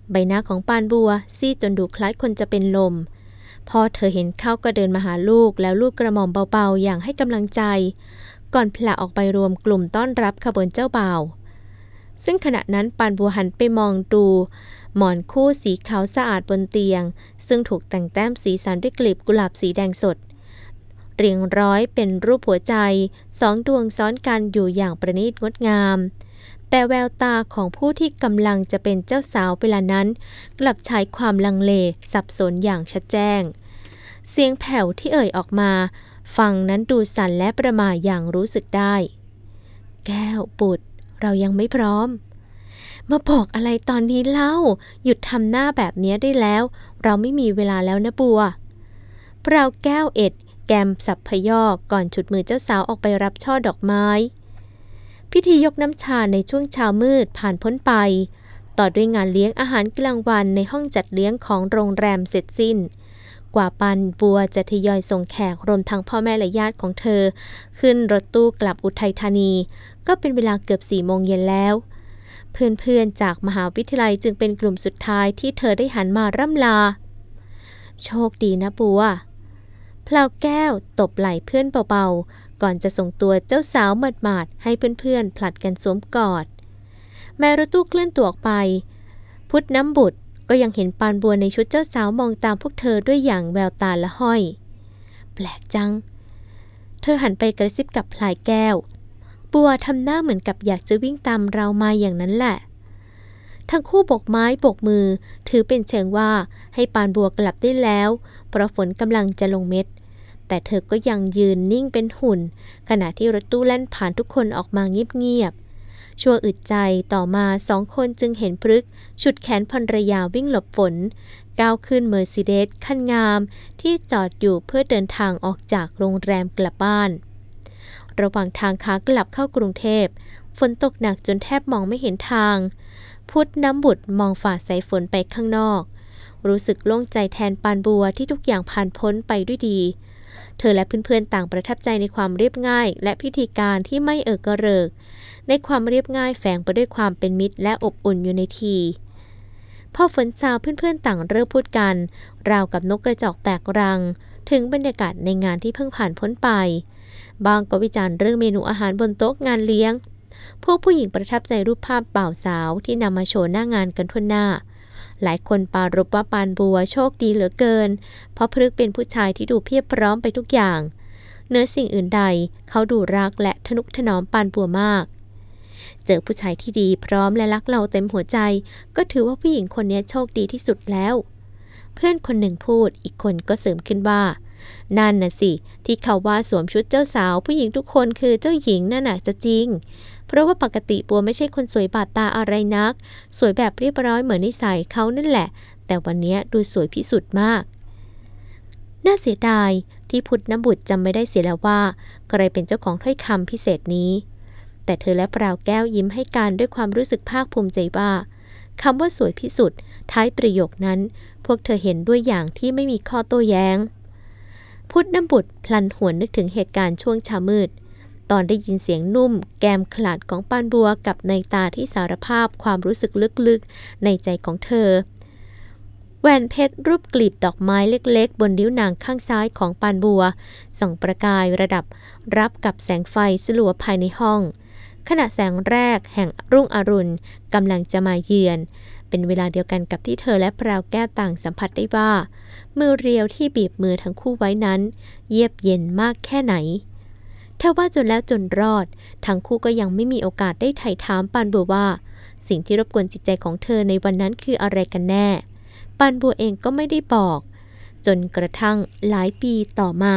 ใบหน้าของปานบัวซีดจนดูคล้ายคนจะเป็นลมพอเธอเห็นเข้าก็เดินมาหาลูกแล้วลูกกระหม่อมเบาๆอย่างให้กำลังใจก่อนพละออกไปรวมกลุ่มต้อนรับขบวนเจ้าบ่าวซึ่งขณะนั้นปานบัวหันไปมองดูหมอนคู่สีขาวสะอาดบนเตียงซึ่งถูกแต่งแต้มสีสันด้วยกลีบกุหลาบสีแดงสดเรียงร้อยเป็นรูปหัวใจสองดวงซ้อนกันอยู่อย่างประณีตงดงามแต่แววตาของผู้ที่กำลังจะเป็นเจ้าสาวเวลานั้นกลับใช้ความลังเลสับสนอย่างชัดแจ้งเสียงแผ่วที่เอ่ยออกมาฟังนั้นดูสั่นและประหม่าอย่างรู้สึกได้แก้วปุตรเรายังไม่พร้อมมาบอกอะไรตอนนี้เล่าหยุดทำหน้าแบบนี้ได้แล้วเราไม่มีเวลาแล้วนะบัวเปล่าแก้วเอ็ดแกมสับพยอกก่อนฉุดมือเจ้าสาวออกไปรับช่อดอกไม้พิธียกน้ำชาในช่วงเช้ามืดผ่านพ้นไปต่อด้วยงานเลี้ยงอาหารกลางวันในห้องจัดเลี้ยงของโรงแรมเสร็จสิ้นกว่าปานบัวจะทยอยส่งแขกรวมทั้งพ่อแม่และญาติของเธอขึ้นรถตู้กลับอุทัยธานีก็เป็นเวลาเกือบสี่โมงเย็นแล้วเพื่อนๆจากมหาวิทยาลัยจึงเป็นกลุ่มสุดท้ายที่เธอได้หันมาร่ำลาโชคดีนะบัวพลาวแก้วตบไหล่เพื่อนเบาๆก่อนจะส่งตัวเจ้าสาวหมาดๆให้เพื่อนๆผลัดกันสวมกอดแม้รถตู้เคลื่อนตัวออกไปพุทธน้ำบุตรก็ยังเห็นปานบัวในชุดเจ้าสาวมองตามพวกเธอด้วยอย่างแววตาละห้อยแปลกจังเธอหันไปกระซิบกับพลายแก้วบัวทำหน้าเหมือนกับอยากจะวิ่งตามเรามาอย่างนั้นแหละทั้งคู่โบกไม้โบกมือถือเป็นเชิงว่าให้ปานบัวกลับได้แล้วเพราะฝนกำลังจะลงเม็ดแต่เธอก็ยังยืนนิ่งเป็นหุ่นขณะที่รถตู้แล่นผ่านทุกคนออกมาเงียบๆชั่วอึดใจต่อมาสองคนจึงเห็นพฤกษ์ฉุดแขนภรรยาวิ่งหลบฝนก้าวขึ้นเมอร์ซิเดสคันงามที่จอดอยู่เพื่อเดินทางออกจากโรงแรมกลับบ้านระหว่างทางขากลับเข้ากรุงเทพฝนตกหนักจนแทบมองไม่เห็นทางพุทธน้ำบุตรมองฝ่าสายฝนไปข้างนอกรู้สึกโล่งใจแทนปานบัวที่ทุกอย่างผ่านพ้นไปด้วยดีเธอและเพื่อนๆต่างประทับใจในความเรียบง่ายและพิธีการที่ไม่เอิกกระเริกในความเรียบง่ายแฝงไปด้วยความเป็นมิตรและอบอุ่นอยู่ในทีพอฝนซาเพื่อนๆต่างเริ่มพูดกันราวกับนกกระจอกแตกรังถึงบรรยากาศในงานที่เพิ่งผ่านพ้นไปบางก็วิจารณ์เรื่องเมนูอาหารบนโต๊ะงานเลี้ยงพวกผู้หญิงประทับใจรูปภาพบ่าวสาวที่นำมาโชว์หน้างานกันทั่วหน้าหลายคนปรารภว่าปานบัวโชคดีเหลือเกินเพราะพฤกษ์เป็นผู้ชายที่ดูเพียบพร้อมไปทุกอย่างเหนือสิ่งอื่นใดเขาดูรักและทนุถนอมปานบัวมากเจอผู้ชายที่ดีพร้อมและรักเราเต็มหัวใจก็ถือว่าผู้หญิงคนนี้โชคดีที่สุดแล้วเพื่อนคนหนึ่งพูดอีกคนก็เสริมขึ้นว่านั่นน่ะสิที่เขาว่าสวมชุดเจ้าสาวผู้หญิงทุกคนคือเจ้าหญิงนั่นน่ะจะจริงเพราะว่าปกติบัวไม่ใช่คนสวยบาดตาอะไรนักสวยแบบเรียบร้อยเหมือนนิสัยเขานั่นแหละแต่วันนี้ดูสวยพิสุทธิ์มากน่าเสียดายที่พุทธน้ำบุตรจำไม่ได้เสียแล้วว่าใครเป็นเจ้าของถ้อยคำพิเศษนี้แต่เธอและปราวแก้วยิ้มให้กันด้วยความรู้สึกภาคภูมิใจว่าคำว่าสวยพิสุทธิ์ท้ายประโยคนั้นพวกเธอเห็นด้วยอย่างที่ไม่มีข้อโต้แย้งพุทธน้ำบุตรพลันหวนนึกถึงเหตุการณ์ช่วงเช้ามืดตอนได้ยินเสียงนุ่มแกมขลาดของปานบัวกับในตาที่สารภาพความรู้สึกลึกๆในใจของเธอแหวนเพชรรูปกลีบดอกไม้เล็กๆบนนิ้วนางข้างซ้ายของปานบัวส่องประกายระดับรับกับแสงไฟสลัวภายในห้องขณะแสงแรกแห่งรุ่งอรุณกำลังจะมาเยือนเป็นเวลาเดียวกันกับที่เธอและปราวแก้วต่างสัมผัสได้ว่ามือเรียวที่บีบมือทั้งคู่ไว้นั้นเยือกเย็นมากแค่ไหนถ้าว่าจนแล้วจนรอดทั้งคู่ก็ยังไม่มีโอกาสได้ไถ่ถามปานบัวว่าสิ่งที่รบกวนจิตใจของเธอในวันนั้นคืออะไรกันแน่ปานบัวเองก็ไม่ได้บอกจนกระทั่งหลายปีต่อมา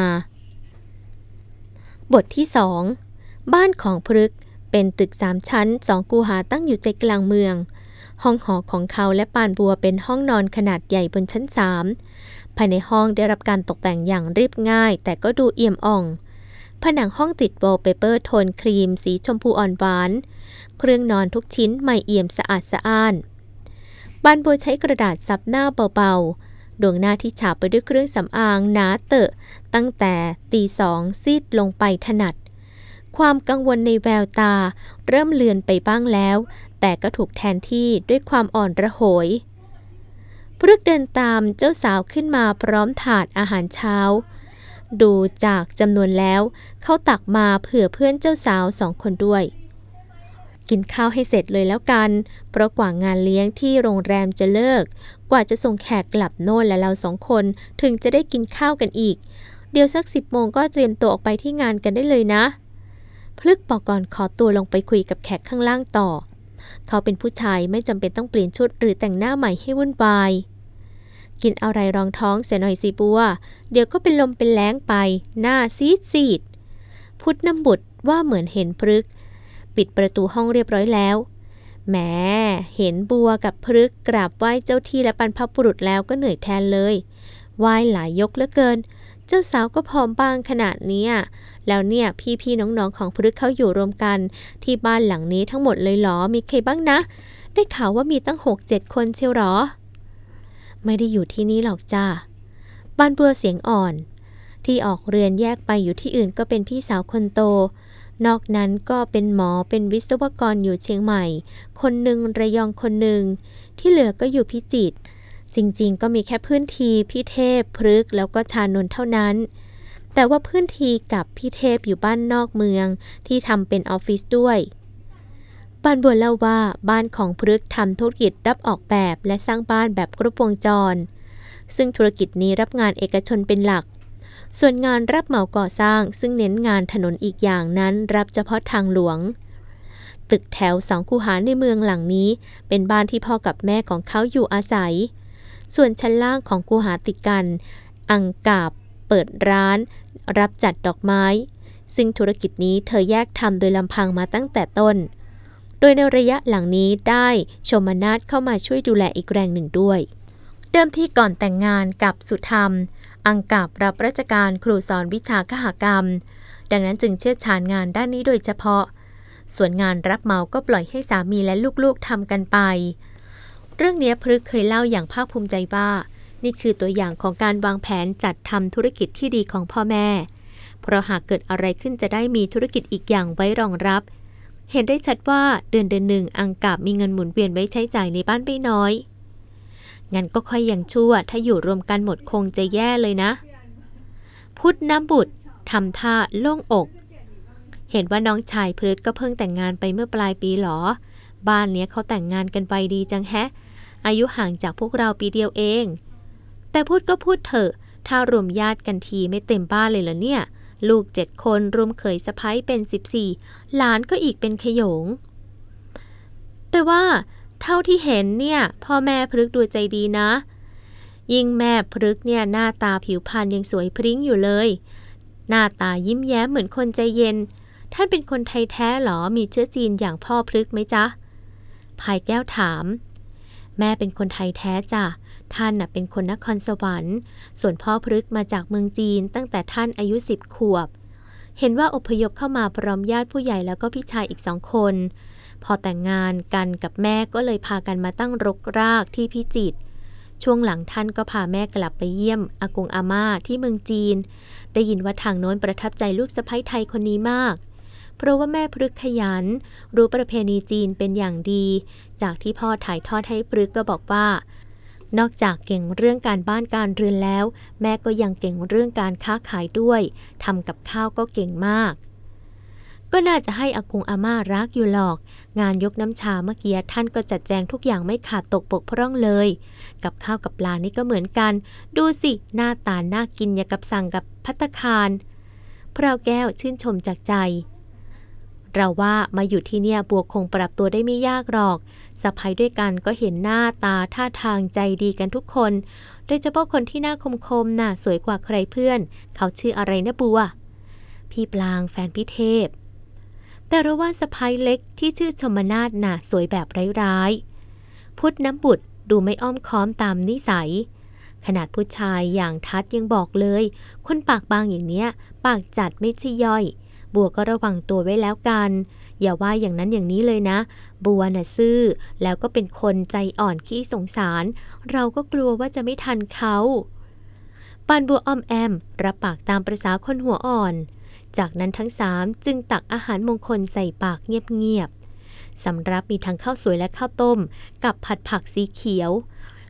บทที่สองบ้านของพฤกษ์เป็นตึกสามชั้นสองคูหาตั้งอยู่ใจกลางเมืองห้องหอของเขาและปานบัวเป็นห้องนอนขนาดใหญ่บนชั้นสามภายในห้องได้รับการตกแต่งอย่างเรียบง่ายแต่ก็ดูเอี่ยมอ่องผนังห้องติดวอลเปเปอร์โทนครีมสีชมพูอ่อนหวานเครื่องนอนทุกชิ้นใหม่เอี่ยมสะอาดสะอ้านปานบัวใช้กระดาษซับหน้าเบาๆดวงหน้าที่ฉาบไปด้วยเครื่องสำอางหนาเตอะตั้งแต่ตีสองซีดลงไปถนัดความกังวลในแววตาเริ่มเลือนไปบ้างแล้วแต่ก็ถูกแทนที่ด้วยความอ่อนระโหยรึกเดินตามเจ้าสาวขึ้นมาพร้อมถาดอาหารเช้าดูจากจำนวนแล้วเขาตักมาเผื่อเพื่อนเจ้าสาวสองคนด้วยกินข้าวให้เสร็จเลยแล้วกันเพราะกว่างานเลี้ยงที่โรงแรมจะเลิกกว่าจะส่งแขกกลับโน่นและเราสองคนถึงจะได้กินข้าวกันอีกเดี๋ยวสักสิบโมงก็เตรียมตัวออกไปที่งานกันได้เลยนะพลึกบอกก่อนขอตัวลงไปคุยกับแขกข้างล่างต่อเขาเป็นผู้ชายไม่จำเป็นต้องเปลี่ยนชุดหรือแต่งหน้าใหม่ให้วุ่นวายกินอะไรรองท้องเสียหน่อยสิบัวเดี๋ยวก็เป็นลมเป็นแล้งไปหน้าซีดซีดพุทธน้ำบุตรว่าเหมือนเห็นพฤกษ์ปิดประตูห้องเรียบร้อยแล้วแหมเห็นบัวกับพฤกษ์กราบไหว้เจ้าที่และบรรพบุรุษแล้วก็เหนื่อยแทนเลยไหว้หลายยกเหลือเกินเจ้าสาวก็ผอมบางขนาดนี้แล้วเนี่ยพี่ๆน้องๆของพฤกษ์เขาอยู่รวมกันที่บ้านหลังนี้ทั้งหมดเลยเหรอมีใครบ้างนะได้ข่าวว่ามีตั้ง หกเจ็ด คนเชียวหรอไม่ได้อยู่ที่นี่หรอกจ้าบ้านบัวเสียงอ่อนที่ออกเรือนแยกไปอยู่ที่อื่นก็เป็นพี่สาวคนโตนอกนั้นก็เป็นหมอเป็นวิศวกรอยู่เชียงใหม่คนหนึ่งระยองคนหนึ่งที่เหลือก็อยู่พิจิตรจริงๆก็มีแค่พื้นทีพี่เทพพฤกษ์แล้วก็ชานนท์เท่านั้นแต่ว่าพื้นทีกับพี่เทพอยู่บ้านนอกเมืองที่ทำเป็นออฟฟิศด้วยบ้านบัวเล่าว่าบ้านของพฤกษ์ทำธุรกิจรับออกแบบและสร้างบ้านแบบครบวงจรซึ่งธุรกิจนี้รับงานเอกชนเป็นหลักส่วนงานรับเหมาก่อสร้างซึ่งเน้นงานถนนอีกอย่างนั้นรับเฉพาะทางหลวงตึกแถวสองคูหาในเมืองหลังนี้เป็นบ้านที่พ่อกับแม่ของเขาอยู่อาศัยส่วนชั้นล่างของคูหาติดกันอังกาบเปิดร้านรับจัดดอกไม้ซึ่งธุรกิจนี้เธอแยกทำโดยลำพังมาตั้งแต่ต้นโดยในระยะหลังนี้ได้ชมนาถเข้ามาช่วยดูแลอีกแรงหนึ่งด้วยเดิมที่ก่อนแต่งงานกับสุธรรมอังกาบรับราชการครูสอนวิชาคหกรรมดังนั้นจึงเชี่ยวชาญงานด้านนี้โดยเฉพาะส่วนงานรับเหมาก็ปล่อยให้สามีและลูกๆทำกันไปเรื่องนี้พฤกษ์เคยเล่าอย่างภาคภูมิใจว่านี่คือตัวอย่างของการวางแผนจัดทำธุรกิจที่ดีของพ่อแม่เพราะหากเกิดอะไรขึ้นจะได้มีธุรกิจอีกอย่างไว้รองรับเห็นได้ชัดว่าเดือนเดือนหนึ่งอังกาบมีเงินหมุนเวียนไว้ใช้จ่ายในบ้านไม่น้อยงั้นก็ค่อยยังชั่วถ้าอยู่รวมกันหมดคงจะแย่เลยนะพุทธน้ำบุตรทำท่าโล่งอกเห็นว่าน้องชายพฤกษ์ก็เพิ่งแต่งงานไปเมื่อปลายปีหรอบ้านเนี้ยเขาแต่งงานกันไปดีจังแฮะอายุห่างจากพวกเราปีเดียวเองแต่พูดก็พูดเถอะถ้ารวมญาติกันทีไม่เต็มบ้านเลยเหรอเนี่ยลูกเจ็ดคนรวมเขยสะใภ้เป็นสิบสี่หลานก็อีกเป็นขโยงแต่ว่าเท่าที่เห็นเนี่ยพ่อแม่พฤกษ์ดูใจดีนะยิ่งแม่พฤกษ์เนี่ยหน้าตาผิวพรรณยังสวยพริ้งอยู่เลยหน้าตายิ้มแย้มเหมือนคนใจเย็นท่านเป็นคนไทยแท้หรอมีเชื้อจีนอย่างพ่อพฤกษ์ไหมจ๊ะพายแก้วถามแม่เป็นคนไทยแท้จ้ะท่านน่ะเป็นคนนครสวรรค์ส่วนพ่อพฤกษ์มาจากเมืองจีนตั้งแต่ท่านอายุสิบขวบเห็นว่าอพยพเข้ามาพร้อมญาติผู้ใหญ่แล้วก็พี่ชายอีกสองคนพอแต่งงานกันกับแม่ก็เลยพากันมาตั้งรกรากที่พิจิตรช่วงหลังท่านก็พาแม่กลับไปเยี่ยมอากงอาม่าที่เมืองจีนได้ยินว่าทางโน้นประทับใจลูกสะใภ้ไทยคนนี้มากเพราะว่าแม่พฤกษ์ขยันรู้ประเพณีจีนเป็นอย่างดีจากที่พ่อถ่ายทอดให้พฤกษ์ก็บอกว่านอกจากเก่งเรื่องการบ้านการเรือนแล้วแม่ก็ยังเก่งเรื่องการค้าขายด้วยทำกับข้าวก็เก่งมากก็น่าจะให้อากงอาม่ารักอยู่หรอกงานยกน้ำชาเมื่อกี้ท่านก็จัดแจงทุกอย่างไม่ขาดตกบกพร่องเลยกับข้าวกับปลานี่ก็เหมือนกันดูสิหน้าตาน่ากินอย่างกับสั่งกับภัตตาคารพราวแก้วชื่นชมจากใจเราว่ามาอยู่ที่เนี่ยบัวคงปรับตัวได้ไม่ยากหรอกสะใภ้ด้วยกันก็เห็นหน้าตาท่าทางใจดีกันทุกคนโดยเฉพาะคนที่หน้าคมๆน่ะสวยกว่าใครเพื่อนเขาชื่ออะไรนะบัวพี่ปลางแฟนพี่เทพแต่เราว่าสะใภ้เล็กที่ชื่อชมนาถน่ะสวยแบบร้ายๆพุทธน้ำบุตรดูไม่อ้อมค้อมตามนิสัยขนาดผู้ชายอย่างทัดยังบอกเลยคนปากบางอย่างเนี้ยปากจัดไม่ใช่ย่อยบัวก็ระวังตัวไว้แล้วกันอย่าว่าอย่างนั้นอย่างนี้เลยนะบัวน่ะซื่อแล้วก็เป็นคนใจอ่อนขี้สงสารเราก็กลัวว่าจะไม่ทันเขาปานบัวอ้อมแอมรับปากตามประสาคนหัวอ่อนจากนั้นทั้งสามจึงตักอาหารมงคลใส่ปากเงียบๆสำรับมีทั้งข้าวสวยและข้าวต้มกับผัดผักสีเขียว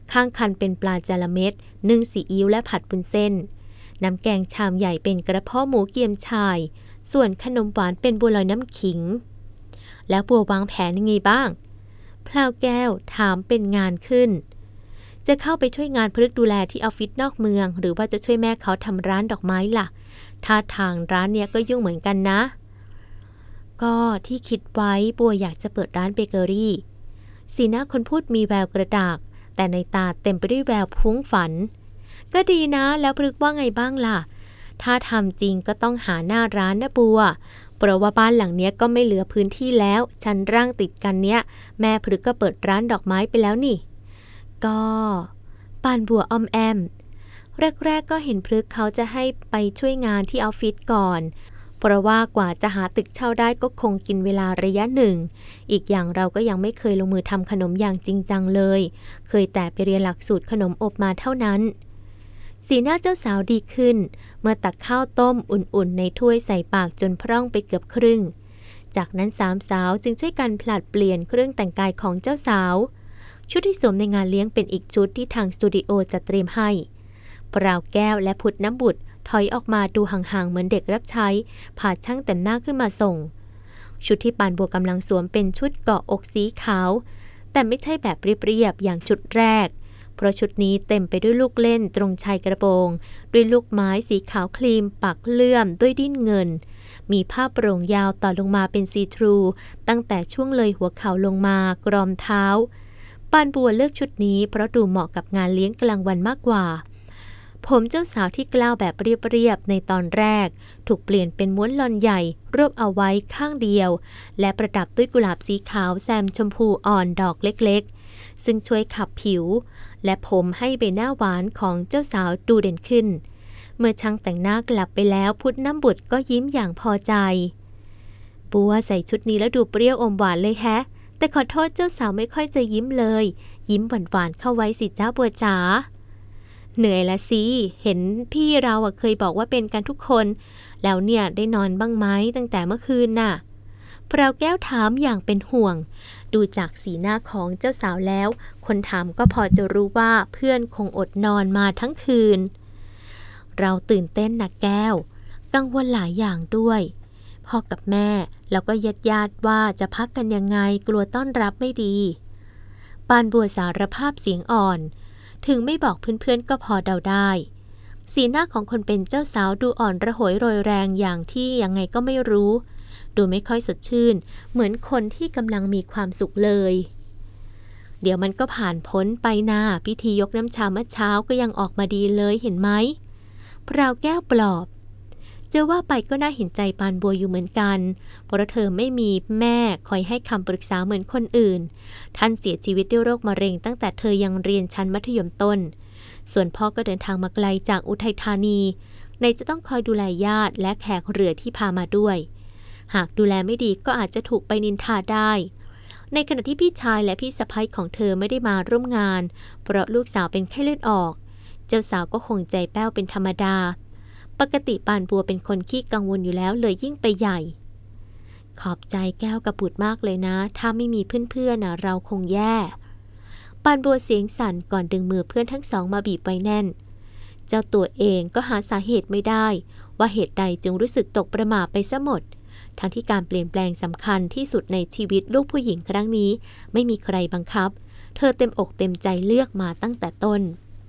ข้างคันเป็นปลาจาระเม็ดนึ่งซีอิ๊วและผัดปุ้นเส้นน้ำแกงชามใหญ่เป็นกระเพาะหมูเกี๊ยมชายส่วนขนมหวานเป็นบัวลอยน้ำขิงแล้วบัววางแผนยังไงบ้างพลาวแก้วถามเป็นงานขึ้นจะเข้าไปช่วยงานพฤกษ์ดูแลที่ออฟฟิศนอกเมืองหรือว่าจะช่วยแม่เขาทำร้านดอกไม้ล่ะท่าทางร้านเนี้ยก็ยุ่งเหมือนกันนะก็ที่คิดไว้บัวอยากจะเปิดร้านเบเกอรี่สีหน้าคนพูดมีแววกระดากแต่ในตาเต็มไปด้วยแววพุ้งฝันก็ดีนะแล้วพฤกษ์ว่าไงบ้างล่ะถ้าทำจริงก็ต้องหาหน้าร้านนะบัวเพราะว่าบ้านหลังเนี้ยก็ไม่เหลือพื้นที่แล้วชั้นร่างติดกันเนี้ยแม่พฤกษ์ก็เปิดร้านดอกไม้ไปแล้วนี่ก็ปานบัวอ้อมแอมแรกๆก็เห็นพฤกษ์เขาจะให้ไปช่วยงานที่ออฟฟิศก่อนเพราะว่ากว่าจะหาตึกเช่าได้ก็คงกินเวลาระยะหนึ่งอีกอย่างเราก็ยังไม่เคยลงมือทำขนมอย่างจริงจังเลยเคยแต่ไปเรียนหลักสูตรขนมอบมาเท่านั้นสีหน้าเจ้าสาวดีขึ้นเมื่อตักข้าวต้มอุ่นๆในถ้วยใส่ปากจนพร่องไปเกือบครึ่งจากนั้นสามสาวจึงช่วยกันผลัดเปลี่ยนเครื่องแต่งกายของเจ้าสาวชุดที่สวมในงานเลี้ยงเป็นอีกชุดที่ทางสตูดิโอจัดเตรียมให้ปราวแก้วและพุทธน้ำบุตรถอยออกมาดูห่างๆเหมือนเด็กรับใช้พาช่างแต่งหน้าขึ้นมาส่งชุดที่ปานบัวกำลังสวมเป็นชุดเกาะอกสีขาวแต่ไม่ใช่แบบเรียบๆอย่างชุดแรกเพราะชุดนี้เต็มไปด้วยลูกเล่นตรงชายกระโปรงด้วยลูกไม้สีขาวครีมปักเลื่อมด้วยดิ้นเงินมีผ้าโปร่งยาวต่อลงมาเป็นซีทรูตั้งแต่ช่วงเลยหัวเข่าลงมากรอมเท้าปานบัวเลือกชุดนี้เพราะดูเหมาะกับงานเลี้ยงกลางวันมากกว่าผมเจ้าสาวที่กล้าวแบบเรียบๆในตอนแรกถูกเปลี่ยนเป็นม้วนลอนใหญ่รวบเอาไว้ข้างเดียวและประดับด้วยกุหลาบสีขาวแซมชมพูอ่อนดอกเล็กๆซึ่งช่วยขับผิวและผมให้ใบหน้าหวานของเจ้าสาวดูเด่นขึ้นเมื่อช่างแต่งหน้ากลับไปแล้วพุทธน้ำบุตรก็ยิ้มอย่างพอใจบัวใส่ชุดนี้แล้วดูเปรี้ยวอมหวานเลยแฮะแต่ขอโทษเจ้าสาวไม่ค่อยจะยิ้มเลยยิ้มหวานๆเข้าไว้สิจ้าบัวจ๋าเหนื่อยละสิเห็นพี่เราอะเคยบอกว่าเป็นกันทุกคนแล้วเนี่ยได้นอนบ้างไหมตั้งแต่เมื่อคืนน่ะพราวแก้วถามอย่างเป็นห่วงดูจากสีหน้าของเจ้าสาวแล้วคนถามก็พอจะรู้ว่าเพื่อนคงอดนอนมาทั้งคืนเราตื่นเต้นนะแก้วกังวลหลายอย่างด้วยพ่อกับแม่แล้วก็ญาติญาติว่าจะพักกันยังไงกลัวต้อนรับไม่ดีปานบัวสารภาพเสียงอ่อนถึงไม่บอกเพื่อนๆก็พอเดาได้สีหน้าของคนเป็นเจ้าสาวดูอ่อนระหยโรยแรงอย่างที่ยังไงก็ไม่รู้ดูไม่ค่อยสดชื่นเหมือนคนที่กำลังมีความสุขเลยเดี๋ยวมันก็ผ่านพ้นไปนาพิธียกน้ำชาเมื่อเช้าก็ยังออกมาดีเลยเห็นไหมพราวแก้วปลอบเจอว่าไปก็น่าเห็นใจปานบัวอยู่เหมือนกันเพราะเธอไม่มีแม่คอยให้คำปรึกษาเหมือนคนอื่นท่านเสียชีวิตด้วยโรคมะเร็งตั้งแต่เธอยังเรียนชั้นมัธยมต้นส่วนพ่อก็เดินทางมาไกลจากอุทัยธานีในจะต้องคอยดูแลญาติและแขกเรือที่พามาด้วยหากดูแลไม่ดีก็อาจจะถูกไปนินทาได้ในขณะที่พี่ชายและพี่สะใภ้ของเธอไม่ได้มาร่วมงานเพราะลูกสาวเป็นไข้เลือดออกเจ้าสาวก็คงใจแป้วเป็นธรรมดาปกติปานบัวเป็นคนขี้กังวลอยู่แล้วเลยยิ่งไปใหญ่ขอบใจแก้วกระปุดมากเลยนะถ้าไม่มีเพื่อนๆนะเราคงแย่ปานบัวเสียงสั่นก่อนดึงมือเพื่อนทั้งสองมาบีบไว้แน่นเจ้าตัวเองก็หาสาเหตุไม่ได้ว่าเหตุใดจึงรู้สึกตกประหม่าไปซะหมดทั้งที่การเปลี่ยนแปลงสำคัญที่สุดในชีวิตลูกผู้หญิงครั้งนี้ไม่มีใครบังคับเธอเต็มอกเต็มใจเลือกมาตั้งแต่ต้น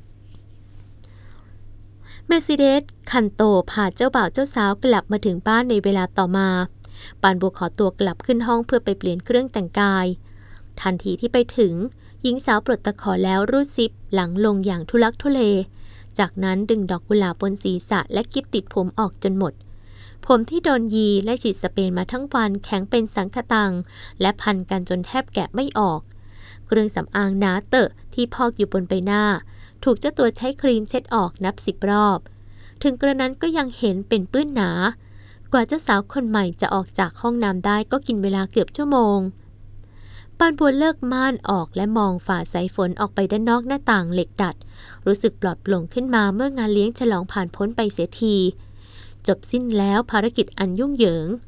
เมอร์ซิเดสคันโตพาเจ้าบ่าวเจ้าสาวกลับมาถึงบ้านในเวลาต่อมาปานบัวขอตัวกลับขึ้นห้องเพื่อไปเปลี่ยนเครื่องแต่งกายทันทีที่ไปถึงหญิงสาวปลดตะขอแล้วรูดซิปหลังลงอย่างทุลักทุเลจากนั้นดึงดอกกุหลาบบนศีรษะและกิ๊บติดผมออกจนหมดผมที่โดนยีและฉีดสเปรย์มาทั้งวันแข็งเป็นสังขตังและพันกันจนแทบแกะไม่ออกเครื่องสำอางหนาเตอะที่พอกอยู่บนใบหน้าถูกเจ้าตัวใช้ครีมเช็ดออกนับสิบรอบถึงกระนั้นก็ยังเห็นเป็นปื้นหนากว่าเจ้าสาวคนใหม่จะออกจากห้องน้ำได้ก็กินเวลาเกือบชั่วโมงปานบัวเลิกม่านออกและมองฝ่าสายฝนออกไปด้านนอกหน้าต่างเหล็กดัดรู้สึกปลอดโปร่งขึ้นมาเมื่องานเลี้ยงฉลองผ่านพ้นไปเสียทีจบสิ้นแล้วภารกิจอันยุ่งเหยิง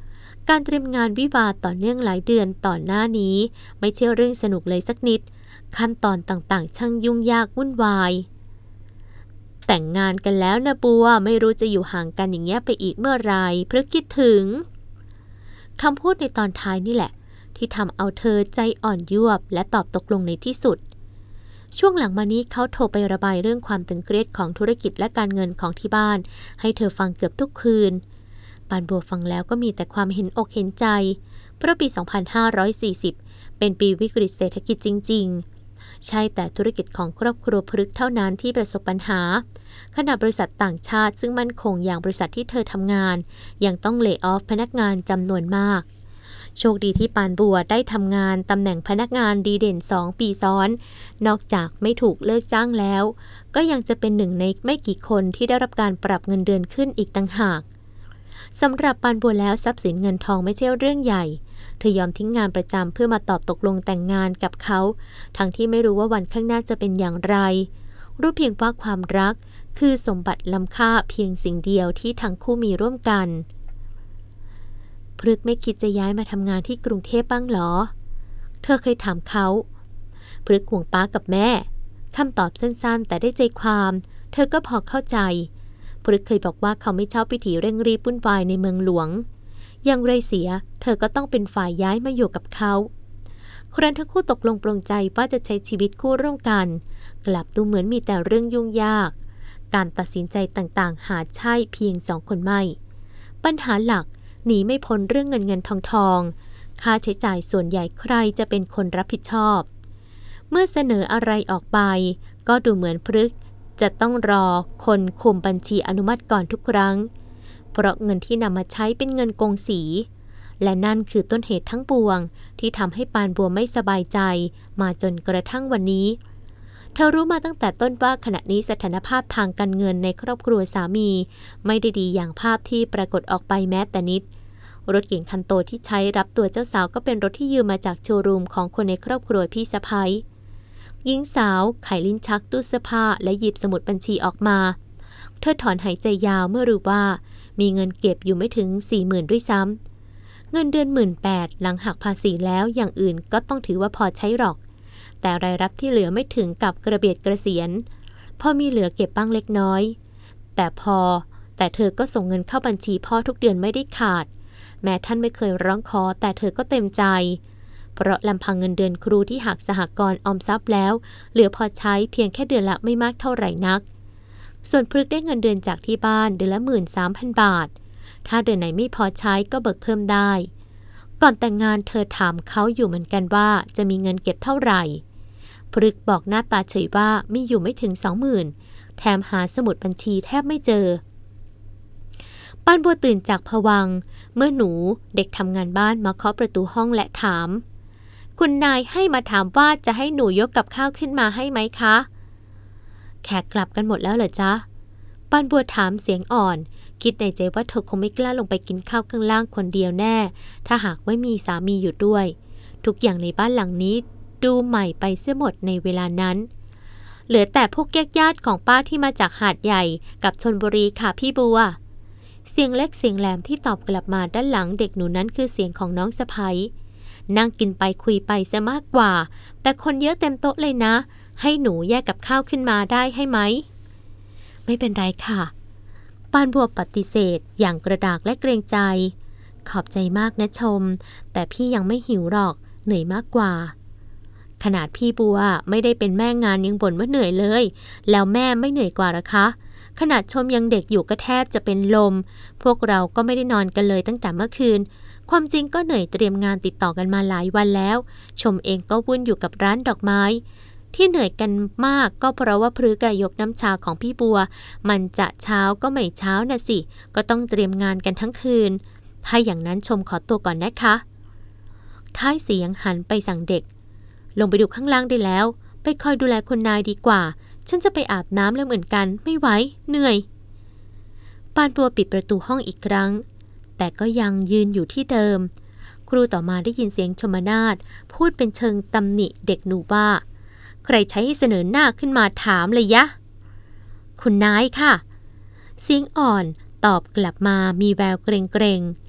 การเตรียมงานวิวาห์ต่อเนื่องหลายเดือนต่อหน้านี้ไม่ใช่เรื่องสนุกเลยสักนิดขั้นตอนต่างๆช่างยุ่งยากวุ่นวายแต่งงานกันแล้วนะบัวไม่รู้จะอยู่ห่างกันอย่างเงี้ยไปอีกเมื่อไรเพราะคิดถึงคำพูดในตอนท้ายนี่แหละที่ทำเอาเธอใจอ่อนยวบและตอบตกลงในที่สุดช่วงหลังมานี้เขาโทรไประบายเรื่องความตึงเครียดของธุรกิจและการเงินของที่บ้านให้เธอฟังเกือบทุกคืนปานบัวฟังแล้วก็มีแต่ความเห็นอกเห็นใจเพราะปี สองพันห้าร้อยสี่สิบ เป็นปีวิกฤตเศรษฐกิจจริงๆใช่แต่ธุรกิจของครอบครัวพฤกษ์เท่านั้นที่ประสบปัญหาขณะบริษัทต่างชาติซึ่งมั่นคงอย่างบริษัทที่เธอทำงานยังต้องเลย์ออฟพนักงานจำนวนมากโชคดีที่ปานบัวได้ทำงานตำแหน่งพนักงานดีเด่นสองปีซ้อนนอกจากไม่ถูกเลิกจ้างแล้วก็ยังจะเป็นหนึ่งในไม่กี่คนที่ได้รับการปรับเงินเดือนขึ้นอีกต่างหากสำหรับปานบัวแล้วทรัพย์สินเงินทองไม่ใช่เรื่องใหญ่เธอยอมทิ้งงานประจำเพื่อมาตอบตกลงแต่งงานกับเขาทั้งที่ไม่รู้ว่าวันข้างหน้าจะเป็นอย่างไรรู้เพียงว่าความรักคือสมบัติล้ำค่าเพียงสิ่งเดียวที่ทั้งคู่มีร่วมกันพฤกษ์ไม่คิดจะย้ายมาทำงานที่กรุงเทพบ้างหรอเธอเคยถามเขาพฤกษ์ห่วงป้ากับแม่คำตอบสั้นๆแต่ได้ใจความเธอก็พอเข้าใจพฤกษ์เคยบอกว่าเขาไม่ชอบพิธีเร่งรีบวุ่นวายในเมืองหลวงอย่างไรเสียเธอก็ต้องเป็นฝ่ายย้ายมาอยู่กับเขาครั้นทั้งคู่ตกลงปลงใจว่าจะใช้ชีวิตคู่ร่วมกันกลับดูเหมือนมีแต่เรื่องยุ่งยากการตัดสินใจต่างๆหาใช่เพียงสองคนไม่ปัญหาหลักหนีไม่พ้นเรื่องเงินเงินทองทองค่าใช้จ่ายส่วนใหญ่ใครจะเป็นคนรับผิดชอบเมื่อเสนออะไรออกไปก็ดูเหมือนพฤกษ์จะต้องรอคนคุมบัญชีอนุมัติก่อนทุกครั้งเพราะเงินที่นำมาใช้เป็นเงินกงสีและนั่นคือต้นเหตุทั้งปวงที่ทำให้ปานบัวไม่สบายใจมาจนกระทั่งวันนี้เธอรู้มาตั้งแต่ต้นว่าขณะนี้สถานภาพทางการเงินในครอบครัวสามีไม่ได้ดีอย่างภาพที่ปรากฏออกไปแม้แต่นิดรถเก๋งคันโตที่ใช้รับตัวเจ้าสาวก็เป็นรถที่ยืมมาจากโชว์รูมของคนในครอบครัวพี่สะใภ้หญิงสาวไขลิ้นชักตู้เสื้อผ้าและหยิบสมุดบัญชีออกมาเธอถอนหายใจยาวเมื่อรู้ว่ามีเงินเก็บอยู่ไม่ถึง สี่หมื่น ด้วยซ้ำเงินเดือน หนึ่งหมื่นแปดพัน หลังหักภาษีแล้วอย่างอื่นก็ต้องถือว่าพอใช้หรอกแต่รายรับที่เหลือไม่ถึงกับกระเบียดกระเสียนพอมีเหลือเก็บบ้างเล็กน้อยแต่พอแต่เธอก็ส่งเงินเข้าบัญชีพ่อทุกเดือนไม่ได้ขาดแม้ท่านไม่เคยร้องขอแต่เธอก็เต็มใจเพราะลำพังเงินเดือนครูที่หักสหกรณ์ออมทรัพย์แล้วเหลือพอใช้เพียงแค่เดือนละไม่มากเท่าไหร่นักส่วนพฤกษ์ได้เงินเดือนจากที่บ้านเดือนละ หนึ่งหมื่นสามพัน บาทถ้าเดือนไหนไม่พอใช้ก็เบิกเพิ่มได้ก่อนแต่งงานเธอถามเขาอยู่เหมือนกันว่าจะมีเงินเก็บเท่าไหร่พฤกษ์บอกหน้าตาเฉยว่ามีอยู่ไม่ถึง สองหมื่น แถมหาสมุดบัญชีแทบไม่เจอปานบัวตื่นจากภวังค์เมื่อหนูเด็กทำงานบ้านมาเคาะประตูห้องและถามคุณนายให้มาถามว่าจะให้หนูยกกับข้าวขึ้นมาให้ไหมคะแขกกลับกันหมดแล้วเหรอจ๊ะปานบัวถามเสียงอ่อนคิดในใจว่าเธอคงไม่กล้าลงไปกินข้าวข้างล่างคนเดียวแน่ถ้าหากไม่มีสามีอยู่ด้วยทุกอย่างในบ้านหลังนี้ดูใหม่ไปเสียหมดในเวลานั้นเหลือแต่พวกญาติๆของป้าที่มาจากหาดใหญ่กับชลบุรีค่ะพี่บัวเสียงเล็กเสียงแหลมที่ตอบกลับมาด้านหลังเด็กหนูนั้นคือเสียงของน้องสะใภ้นั่งกินไปคุยไปซะมากกว่าแต่คนเยอะเต็มโต๊ะเลยนะให้หนูแยกกับข้าวขึ้นมาได้ให้ไหมไม่เป็นไรค่ะปานบัวปฏิเสธอย่างกระดากและเกรงใจขอบใจมากนะชมแต่พี่ยังไม่หิวหรอกเหนื่อยมากกว่าขนาดพี่บัวไม่ได้เป็นแม่งานยังบ่นว่าเหนื่อยเลยแล้วแม่ไม่เหนื่อยกว่าหรอคะขนาดชมยังเด็กอยู่ก็แทบจะเป็นลมพวกเราก็ไม่ได้นอนกันเลยตั้งแต่เมื่อคืนความจริงก็เหนื่อยเตรียมงานติดต่อกันมาหลายวันแล้วชมเองก็วุ่นอยู่กับร้านดอกไม้ที่เหนื่อยกันมากก็เพราะว่าพฤกษ์ยกน้ำชาของพี่บัวมันจะเช้าก็ไม่เช้านะสิก็ต้องเตรียมงานกันทั้งคืนถ้าอย่างนั้นชมขอตัวก่อนนะคะท้ายเสียงหันไปสั่งเด็กลงไปดูข้างล่างได้แล้วไปคอยดูแลคุณนายดีกว่าฉันจะไปอาบน้ำแล้วเหมือนกันไม่ไหวเหนื่อยปานบัวปิดประตูห้องอีกครั้งแต่ก็ยังยืนอยู่ที่เดิมครูต่อมาได้ยินเสียงชมนาฏพูดเป็นเชิงตำหนิเด็กหนูว่าใครใช้ให้เสนอหน้าขึ้นมาถามเลยยะคุณนายค่ะเสียงอ่อนตอบกลับมามีแววเกรงๆ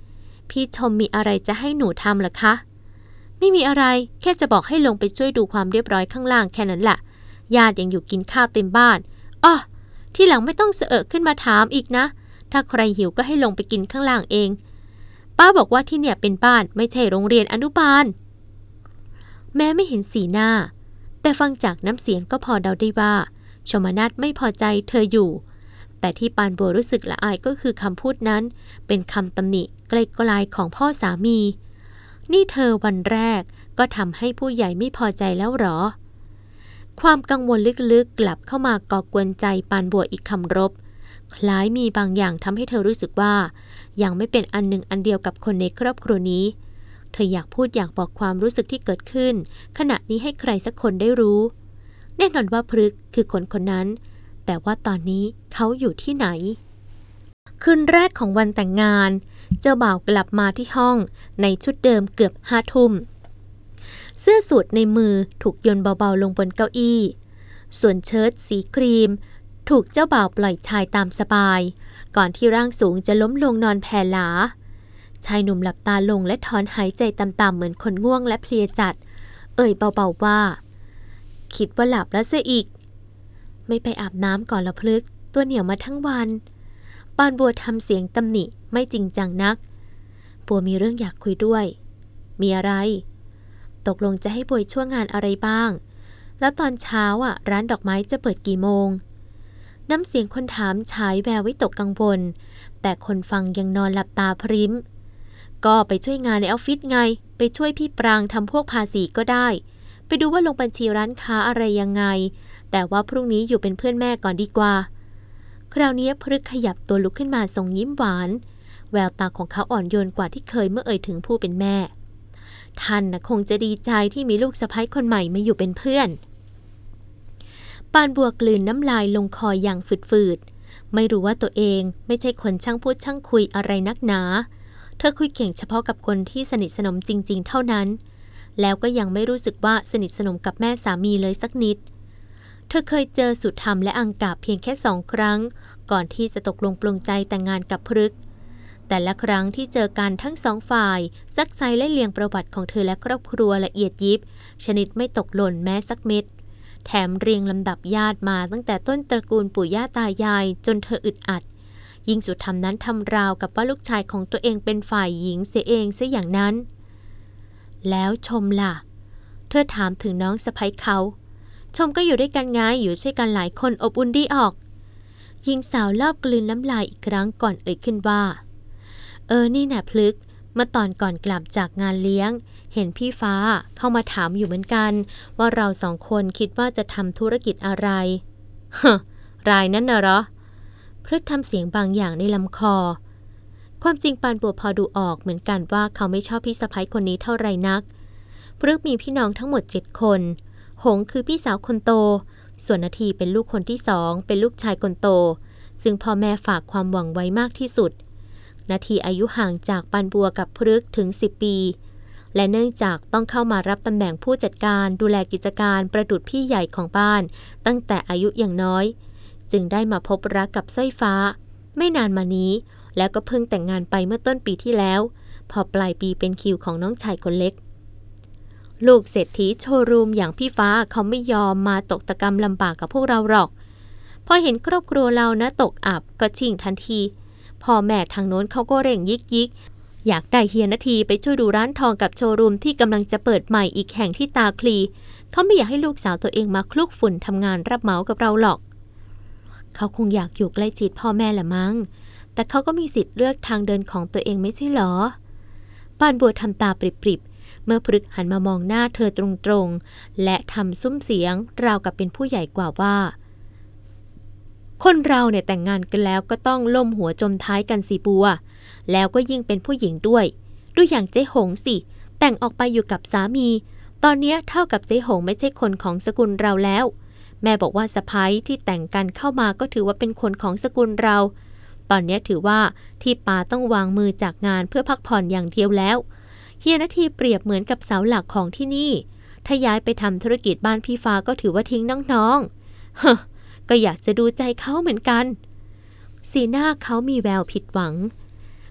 พี่ชมมีอะไรจะให้หนูทำเหรอคะไม่มีอะไรแค่จะบอกให้ลงไปช่วยดูความเรียบร้อยข้างล่างแค่นั้นแหละญาติยังอยู่กินข้าวเต็มบ้านอ้อที่หลังไม่ต้องเสอะขึ้นมาถามอีกนะถ้าใครหิวก็ให้ลงไปกินข้างล่างเองป้าบอกว่าที่เนี่ยเป็นบ้านไม่ใช่โรงเรียนอนุบาลแม้ไม่เห็นสีหน้าแต่ฟังจากน้ำเสียงก็พอเดาได้ว่าชมนัสไม่พอใจเธออยู่แต่ที่ปานบัวรู้สึกละอายก็คือคำพูดนั้นเป็นคำตำหนิไกลๆของพ่อสามีนี่เธอวันแรกก็ทำให้ผู้ใหญ่ไม่พอใจแล้วหรอความกังวลลึกๆกลับเข้ามาก่อกวนใจปานบัวอีกคำรบคล้ายมีบางอย่างทำให้เธอรู้สึกว่ายังไม่เป็นอันหนึ่งอันเดียวกับคนในครอบครัวนี้เธออยากพูดอยากบอกความรู้สึกที่เกิดขึ้นขณะนี้ให้ใครสักคนได้รู้แน่นอนว่าพฤกษ์คือคนคนนั้นแต่ว่าตอนนี้เขาอยู่ที่ไหนคืนแรกของวันแต่งงานเจ้าบ่าวกลับมาที่ห้องในชุดเดิมเกือบห้าทุ่มเสื้อสูทในมือถูกโยนเบาๆลงบนเก้าอี้ส่วนเชิ้ตสีครีมถูกเจ้าบ่าวปล่อยชายตามสบายก่อนที่ร่างสูงจะล้มลงนอนแผ่หลาชายหนุ่มหลับตาลงและถอนหายใจต่ำๆเหมือนคนง่วงและเพลียจัดเอ่ยเบาๆว่าคิดว่าหลับแล้วเสียอีกไม่ไปอาบน้ำก่อนละพลึกตัวเหนียวมาทั้งวันปานบัวทำเสียงตำหนิไม่จริงจังนักบัวมีเรื่องอยากคุยด้วยมีอะไรตกลงจะให้บัวช่วยงานอะไรบ้างแล้วตอนเช้าอ่ะร้านดอกไม้จะเปิดกี่โมงน้ำเสียงคนถามฉายแวววิตกกังวลแต่คนฟังยังนอนหลับตาพริ้มก็ไปช่วยงานในออฟฟิศไงไปช่วยพี่ปรางทำพวกภาษีก็ได้ไปดูว่าลงบัญชีร้านค้าอะไรยังไงแต่ว่าพรุ่งนี้อยู่เป็นเพื่อนแม่ก่อนดีกว่าคราวนี้พฤกษ์ขยับตัวลุกขึ้นมาส่งยิ้มหวานแววตาของเขาอ่อนโยนกว่าที่เคยเมื่อเอ่ยถึงผู้เป็นแม่ท่านนะคงจะดีใจที่มีลูกสะใภ้คนใหม่มาอยู่เป็นเพื่อนปานบัวกลืนน้ำลายลงคออย่างฝืดๆไม่รู้ว่าตัวเองไม่ใช่คนช่างพูดช่างคุยอะไรนักหนาเธอคุยเก่งเฉพาะกับคนที่สนิทสนมจริงๆเท่านั้นแล้วก็ยังไม่รู้สึกว่าสนิทสนมกับแม่สามีเลยสักนิดเธอเคยเจอสุธรรมและอังกาบเพียงแค่สองครั้งก่อนที่จะตกลงปลงใจแต่งงานกับพฤกษ์แต่ละครั้งที่เจอกันทั้งสองฝ่ายซักไซและเลียงประวัติของเธอและครอบครัวละเอียดยิบชนิดไม่ตกหล่นแม้สักเม็ดแถมเรียงลำดับญาติมาตั้งแต่ต้นตระกูลปู่ย่าตายายจนเธออึดอัดยิ่งสุธรรมนั้นทำราวกับว่าลูกชายของตัวเองเป็นฝ่ายหญิงเสียเองซะอย่างนั้นแล้วชมล่ะเธอถามถึงน้องสะใภ้เขาชมก็อยู่ด้วยกันไงอยู่ช่วยกันหลายคนอบอุ่นดีออกหญิงสาวลอบกลืนน้ำลายอีกครั้งก่อนเอ่ยขึ้นว่าเออนี่น่ะพลึกเมื่อตอนก่อนกลับจากงานเลี้ยงเห็นพี่ฟ้าเข้ามาถามอยู่เหมือนกันว่าเราสองคนคิดว่าจะทำธุรกิจอะไรฮะรายนั้นน่ะเหรอพลึกทำเสียงบางอย่างในลำคอความจริงปานบัวพอดูออกเหมือนกันว่าเขาไม่ชอบพี่สะใภ้คนนี้เท่าไรนักพลึกมีพี่น้องทั้งหมดเจ็ดคนหงคือพี่สาวคนโตส่วนนาทีเป็นลูกคนที่สองเป็นลูกชายคนโตซึ่งพ่อแม่ฝากความหวังไว้มากที่สุดนาทีอายุห่างจากปานบัวกับพฤกษ์ถึงสิบปีและเนื่องจากต้องเข้ามารับตำแหน่งผู้จัดการดูแลกิจการประดุจพี่ใหญ่ของบ้านตั้งแต่อายุอย่างน้อยจึงได้มาพบรักกับสร้อยฟ้าไม่นานมานี้แล้วก็เพิ่งแต่งงานไปเมื่อต้นปีที่แล้วพอปลายปีเป็นคิวของน้องชายคนเล็กลูกเศรษฐีโชว์รูมอย่างพี่ฟ้าเขาไม่ยอมมาตกตะกำลำบากกับพวกเราหรอกพอเห็นครอบครัวเรานะตกอับก็ชิ่งทันทีพ่อแม่ทางโน้นเขาก็เร่งยิกยิกอยากได้เฮียนาทีไปช่วยดูร้านทองกับโชว์รูมที่กำลังจะเปิดใหม่อีกแห่งที่ตาคลีเขาไม่อยากให้ลูกสาวตัวเองมาคลุกฝุ่นทำงานรับเหมากับเราหรอกเขาคงอยากอยู่ใกล้ชิดพ่อแม่แหละมั้งแต่เขาก็มีสิทธิ์เลือกทางเดินของตัวเองไม่ใช่หรอปานบัวทำตาปริบๆเมื่อพฤกษ์หันมามองหน้าเธอตรงๆและทำซุ้มเสียงราวกับเป็นผู้ใหญ่กว่าว่าคนเราเนี่ยแต่งงานกันแล้วก็ต้องล่มหัวจมท้ายกันสิบัวแล้วก็ยิ่งเป็นผู้หญิงด้วยดูอย่างเจ๊หงสิแต่งออกไปอยู่กับสามีตอนนี้เท่ากับเจ๊หงไม่ใช่คนของสกุลเราแล้วแม่บอกว่าสะใภ้ที่แต่งกันเข้ามาก็ถือว่าเป็นคนของสกุลเราตอนนี้ถือว่าที่ปาต้องวางมือจากงานเพื่อพักผ่อนอย่างเดียวแล้วเฮียนาทีเปรียบเหมือนกับเสาหลักของที่นี่ถ้าย้ายไปทำธุรกิจบ้านพี่ฟ้าก็ถือว่าทิ้งน้องๆเฮ้อก็อยากจะดูใจเขาเหมือนกันสีหน้าเขามีแววผิดหวัง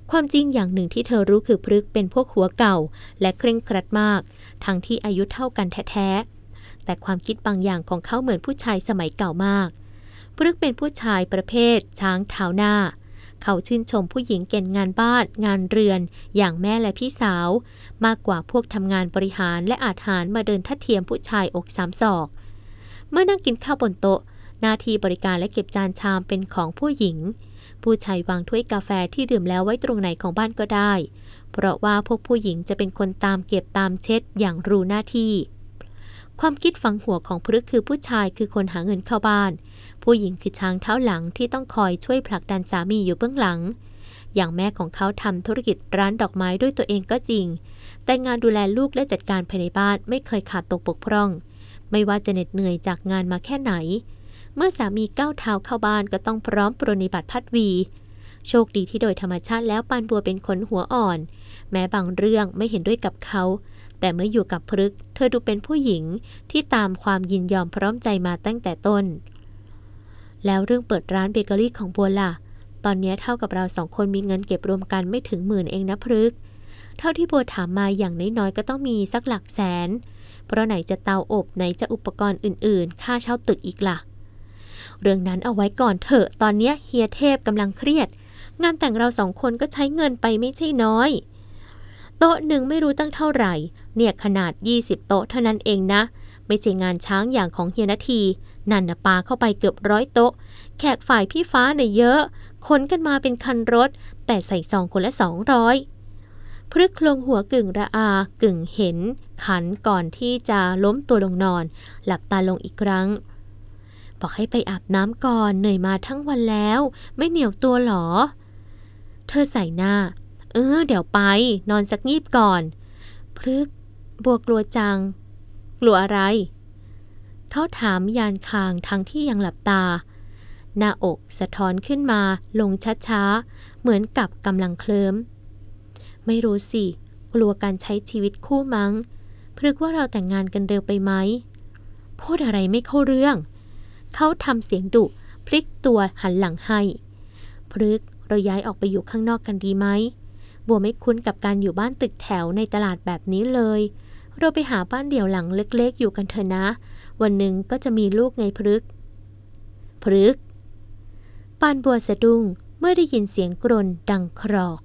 ความจริงอย่างหนึ่งที่เธอรู้คือพฤกษ์เป็นพวกหัวเก่าและเคร่งครัดมากทั้งที่อายุเท่ากันแท้ๆแต่ความคิดบางอย่างของเขาเหมือนผู้ชายสมัยเก่ามากพฤกษ์เป็นผู้ชายประเภทช้างเท้าหน้าเขาชื่นชมผู้หญิงเก่งงานบ้านงานเรือนอย่างแม่และพี่สาวมากกว่าพวกทำงานบริหารและอาจหารมาเดินทัดเทียมผู้ชายอกสามศอกเมื่อนั่งกินข้าวบนโต๊ะหน้าที่บริการและเก็บจานชามเป็นของผู้หญิงผู้ชายวางถ้วยกาแฟที่ดื่มแล้วไว้ตรงไหนของบ้านก็ได้เพราะว่าพวกผู้หญิงจะเป็นคนตามเก็บตามเช็ดอย่างรู้หน้าที่ความคิดฝังหัวของพฤกษ์คือผู้ชายคือคนหาเงินเข้าบ้านผู้หญิงคือช้างเท้าหลังที่ต้องคอยช่วยผลักดันสามีอยู่เบื้องหลังอย่างแม่ของเขาทำธุรกิจร้านดอกไม้ด้วยตัวเองก็จริงแต่งานดูแลลูกและจัดการภายในบ้านไม่เคยขาดตกบกพร่องไม่ว่าจะเหน็ดเหนื่อยจากงานมาแค่ไหนเมื่อสามีก้าวเท้าเข้าบ้านก็ต้องพร้อมปรนนิบัติพัดวีโชคดีที่โดยธรรมชาติแล้วปานบัวเป็นคนหัวอ่อนแม้บางเรื่องไม่เห็นด้วยกับเขาแต่เมื่ออยู่กับพฤกษ์เธอดูเป็นผู้หญิงที่ตามความยินยอมพร้อมใจมาตั้งแต่ต้นแล้วเรื่องเปิดร้านเบเกอรี่ของบัวล่ะตอนนี้เท่ากับเราสองคนมีเงินเก็บรวมกันไม่ถึงหมื่นเองนะพฤกษ์เท่าที่บัวถามมาอย่างน้อยๆก็ต้องมีสักหลักแสนเพราะไหนจะเตาอบไหนจะอุปกรณ์อื่นๆค่าเช่าตึกอีกล่ะเรื่องนั้นเอาไว้ก่อนเถอะตอนนี้เฮียเทพกำลังเครียดงานแต่งเราสองคนก็ใช้เงินไปไม่ใช่น้อยโต๊ะหนึ่งไม่รู้ตั้งเท่าไหร่เนี่ยขนาดยี่สิบโต๊ะเท่านั้นเองนะไม่ใช่งานช้างอย่างของเฮียนาทีนั่นนะปาเข้าไปเกือบร้อยโต๊ะแขกฝ่ายพี่ฟ้าเนี่ยเยอะขนกันมาเป็นคันรถแต่ใส่ซองคนละสองร้อยพฤกษ์ลงหัวกึ่งระอากึ่งเห็นขันก่อนที่จะล้มตัวลงนอนหลับตาลงอีกครั้งบอกให้ไปอาบน้ำก่อนเหนื่อยมาทั้งวันแล้วไม่เหนียวตัวหรอเธอใส่หน้าเออเดี๋ยวไปนอนสักงีบก่อนพฤกษ์บัวกลัวจังกลัวอะไรเขาถามยานคางทั้งที่ยังหลับตาหน้าอกสะท้อนขึ้นมาลงช้าๆเหมือนกับกำลังเคลิ้มไม่รู้สิกลัวการใช้ชีวิตคู่มั้งพฤกษ์ว่าเราแต่งงานกันเร็วไปไหมพูดอะไรไม่เข้าเรื่องเขาทำเสียงดุพลิกตัวหันหลังให้พฤกษ์เราย้ายออกไปอยู่ข้างนอกกันดีไหมบัวไม่คุ้นกับการอยู่บ้านตึกแถวในตลาดแบบนี้เลยเราไปหาบ้านเดี่ยวหลังเล็กๆอยู่กันเถอะนะวันหนึ่งก็จะมีลูกไงพฤกษ์พฤกษ์ปานบัวสะดุ้งเมื่อได้ยินเสียงกรนดังครอก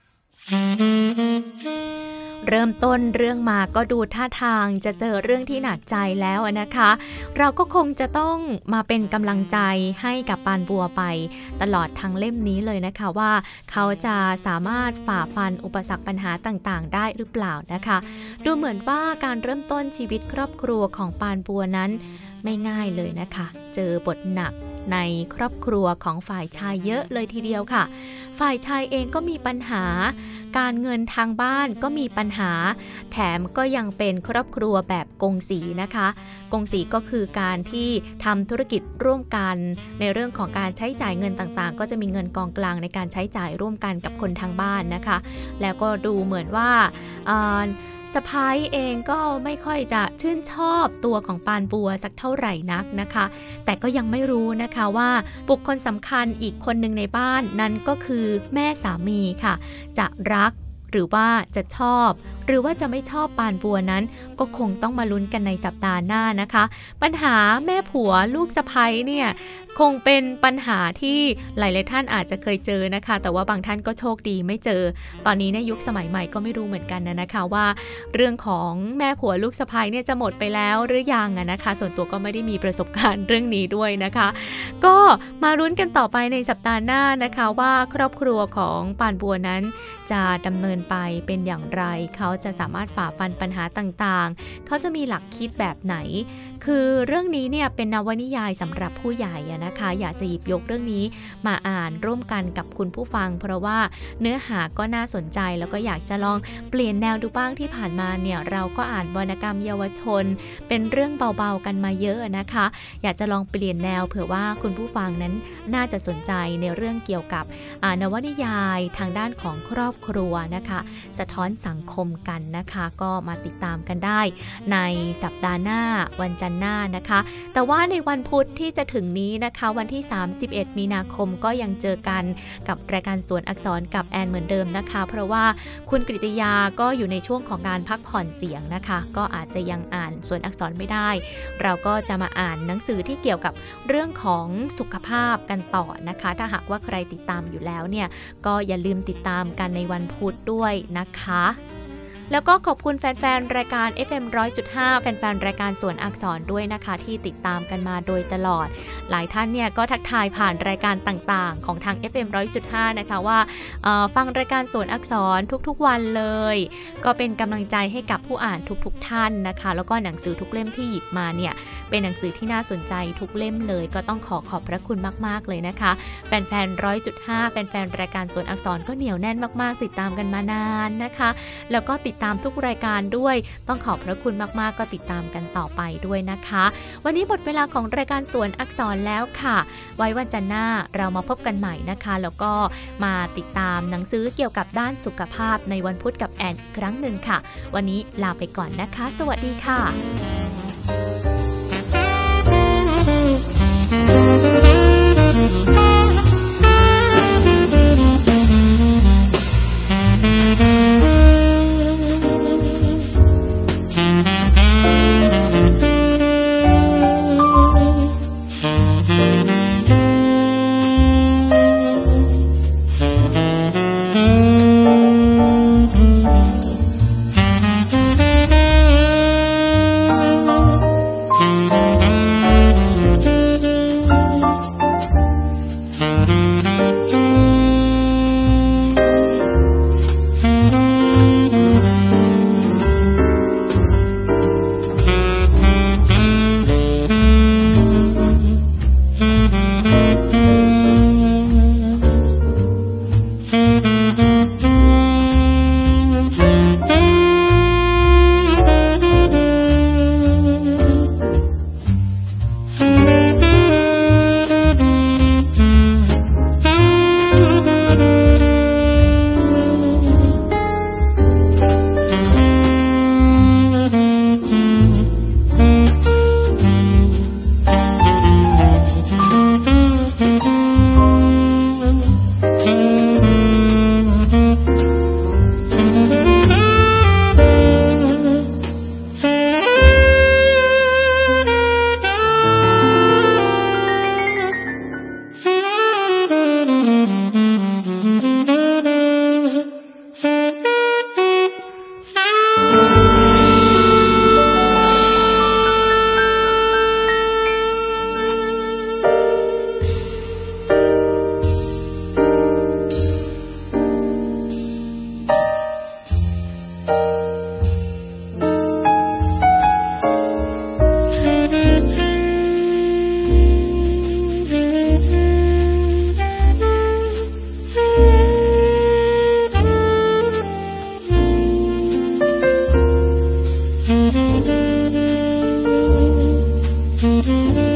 เริ่มต้นเรื่องมาก็ดูท่าทางจะเจอเรื่องที่หนักใจแล้วนะคะเราก็คงจะต้องมาเป็นกำลังใจให้กับปานบัวไปตลอดทั้งเล่มนี้เลยนะคะว่าเขาจะสามารถฝ่าฟันอุปสรรคปัญหาต่างๆได้หรือเปล่านะคะดูเหมือนว่าการเริ่มต้นชีวิตครอบครัวของปานบัวนั้นไม่ง่ายเลยนะคะเจอบทหนักในครอบครัวของฝ่ายชายเยอะเลยทีเดียวค่ะฝ่ายชายเองก็มีปัญหาการเงินทางบ้านก็มีปัญหาแถมก็ยังเป็นครอบครัวแบบกงสีนะคะกงสีก็คือการที่ทำธุรกิจร่วมกันในเรื่องของการใช้จ่ายเงินต่างๆก็จะมีเงินกองกลางในการใช้จ่ายร่วมกันกับคนทางบ้านนะคะแล้วก็ดูเหมือนว่าสะพ้ายเองก็ไม่ค่อยจะชื่นชอบตัวของปานบัวสักเท่าไหร่นักนะคะแต่ก็ยังไม่รู้นะคะว่าบุคคลสำคัญอีกคนหนึ่งในบ้านนั้นก็คือแม่สามีค่ะจะรักหรือว่าจะชอบหรือว่าจะไม่ชอบปานบัวนั้นก็คงต้องมาลุ้นกันในสัปดาห์หน้านะคะปัญหาแม่ผัวลูกสะใภ้เนี่ยคงเป็นปัญหาที่หลายๆท่านอาจจะเคยเจอนะคะแต่ว่าบางท่านก็โชคดีไม่เจอตอนนี้ในยุคสมัยใหม่ก็ไม่รู้เหมือนกันนะนะคะว่าเรื่องของแม่ผัวลูกสะใภ้เนี่ยจะหมดไปแล้วหรือยังอะนะคะส่วนตัวก็ไม่ได้มีประสบการณ์เรื่องนี้ด้วยนะคะก็มาลุ้นกันต่อไปในสัปดาห์หน้านะคะว่าครอบครัวของปานบัวนั้นจะดำเนินไปเป็นอย่างไรเขาจะสามารถฝ่าฟันปัญหาต่างๆเขาจะมีหลักคิดแบบไหนคือเรื่องนี้เนี่ยเป็นนวนิยายสำหรับผู้ใหญ่นะคะอยากจะหยิบยกเรื่องนี้มาอ่านร่วมกันกับคุณผู้ฟังเพราะว่าเนื้อหาก็น่าสนใจแล้วก็อยากจะลองเปลี่ยนแนวดูบ้างที่ผ่านมาเนี่ยเราก็อ่านวรรณกรรมเยาวชนเป็นเรื่องเบาๆกันมาเยอะนะคะอยากจะลองเปลี่ยนแนวเผื่อว่าคุณผู้ฟังนั้นน่าจะสนใจในเรื่องเกี่ยวกับนวนิยายทางด้านของครอบครัวนะคะสะท้อนสังคมกันนะคะก็มาติดตามกันได้ในสัปดาห์หน้าวันจันทร์หน้านะคะแต่ว่าในวันพุธที่จะถึงนี้นะคะวันที่สามสิบเอ็ดมีนาคมก็ยังเจอกันกับรายการสวนอักษรกับแอนเหมือนเดิมนะคะเพราะว่าคุณกฤตยาก็อยู่ในช่วงของการพักผ่อนเสียงนะคะก็อาจจะยังอ่านสวนอักษรไม่ได้เราก็จะมาอ่านหนังสือที่เกี่ยวกับเรื่องของสุขภาพกันต่อนะคะถ้าหากว่าใครติดตามอยู่แล้วเนี่ยก็อย่าลืมติดตามกันในวันพุธด้วยนะคะแล้วก็ขอบคุณแฟนๆรายการ เอฟ เอ็ม หนึ่งร้อยจุดห้า แฟนๆรายการสวนอักษรด้วยนะคะที่ติดตามกันมาโดยตลอดหลายท่านเนี่ยก็ทักทายผ่านรายการต่างๆของทาง เอฟ เอ็ม หนึ่งร้อยจุดห้า นะคะว่าฟังรายการสวนอักษรทุกๆวันเลยก็เป็นกำลังใจให้กับผู้อ่านทุกๆท่านนะคะแล้วก็หนังสือทุกเล่มที่หยิบมาเนี่ยเป็นหนังสือที่น่าสนใจทุกเล่มเลยก็ต้องขอขอบพระคุณมากๆเลยนะคะแฟนๆ หนึ่งร้อยจุดห้า แฟนๆรายการสวนอักษรก็เหนียวแน่นมากๆติดตามกันมานานนะคะแล้วก็ติดตามทุกรายการด้วยต้องขอบพระคุณมากๆก็ติดตามกันต่อไปด้วยนะคะวันนี้หมดเวลาของรายการสวนอักษรแล้วค่ะไว้วันจันทร์หน้าเรามาพบกันใหม่นะคะแล้วก็มาติดตามหนังสือเกี่ยวกับด้านสุขภาพในวันพุธกับแอนอีกครั้งหนึ่งค่ะวันนี้ลาไปก่อนนะคะสวัสดีค่ะ Mm-hmm.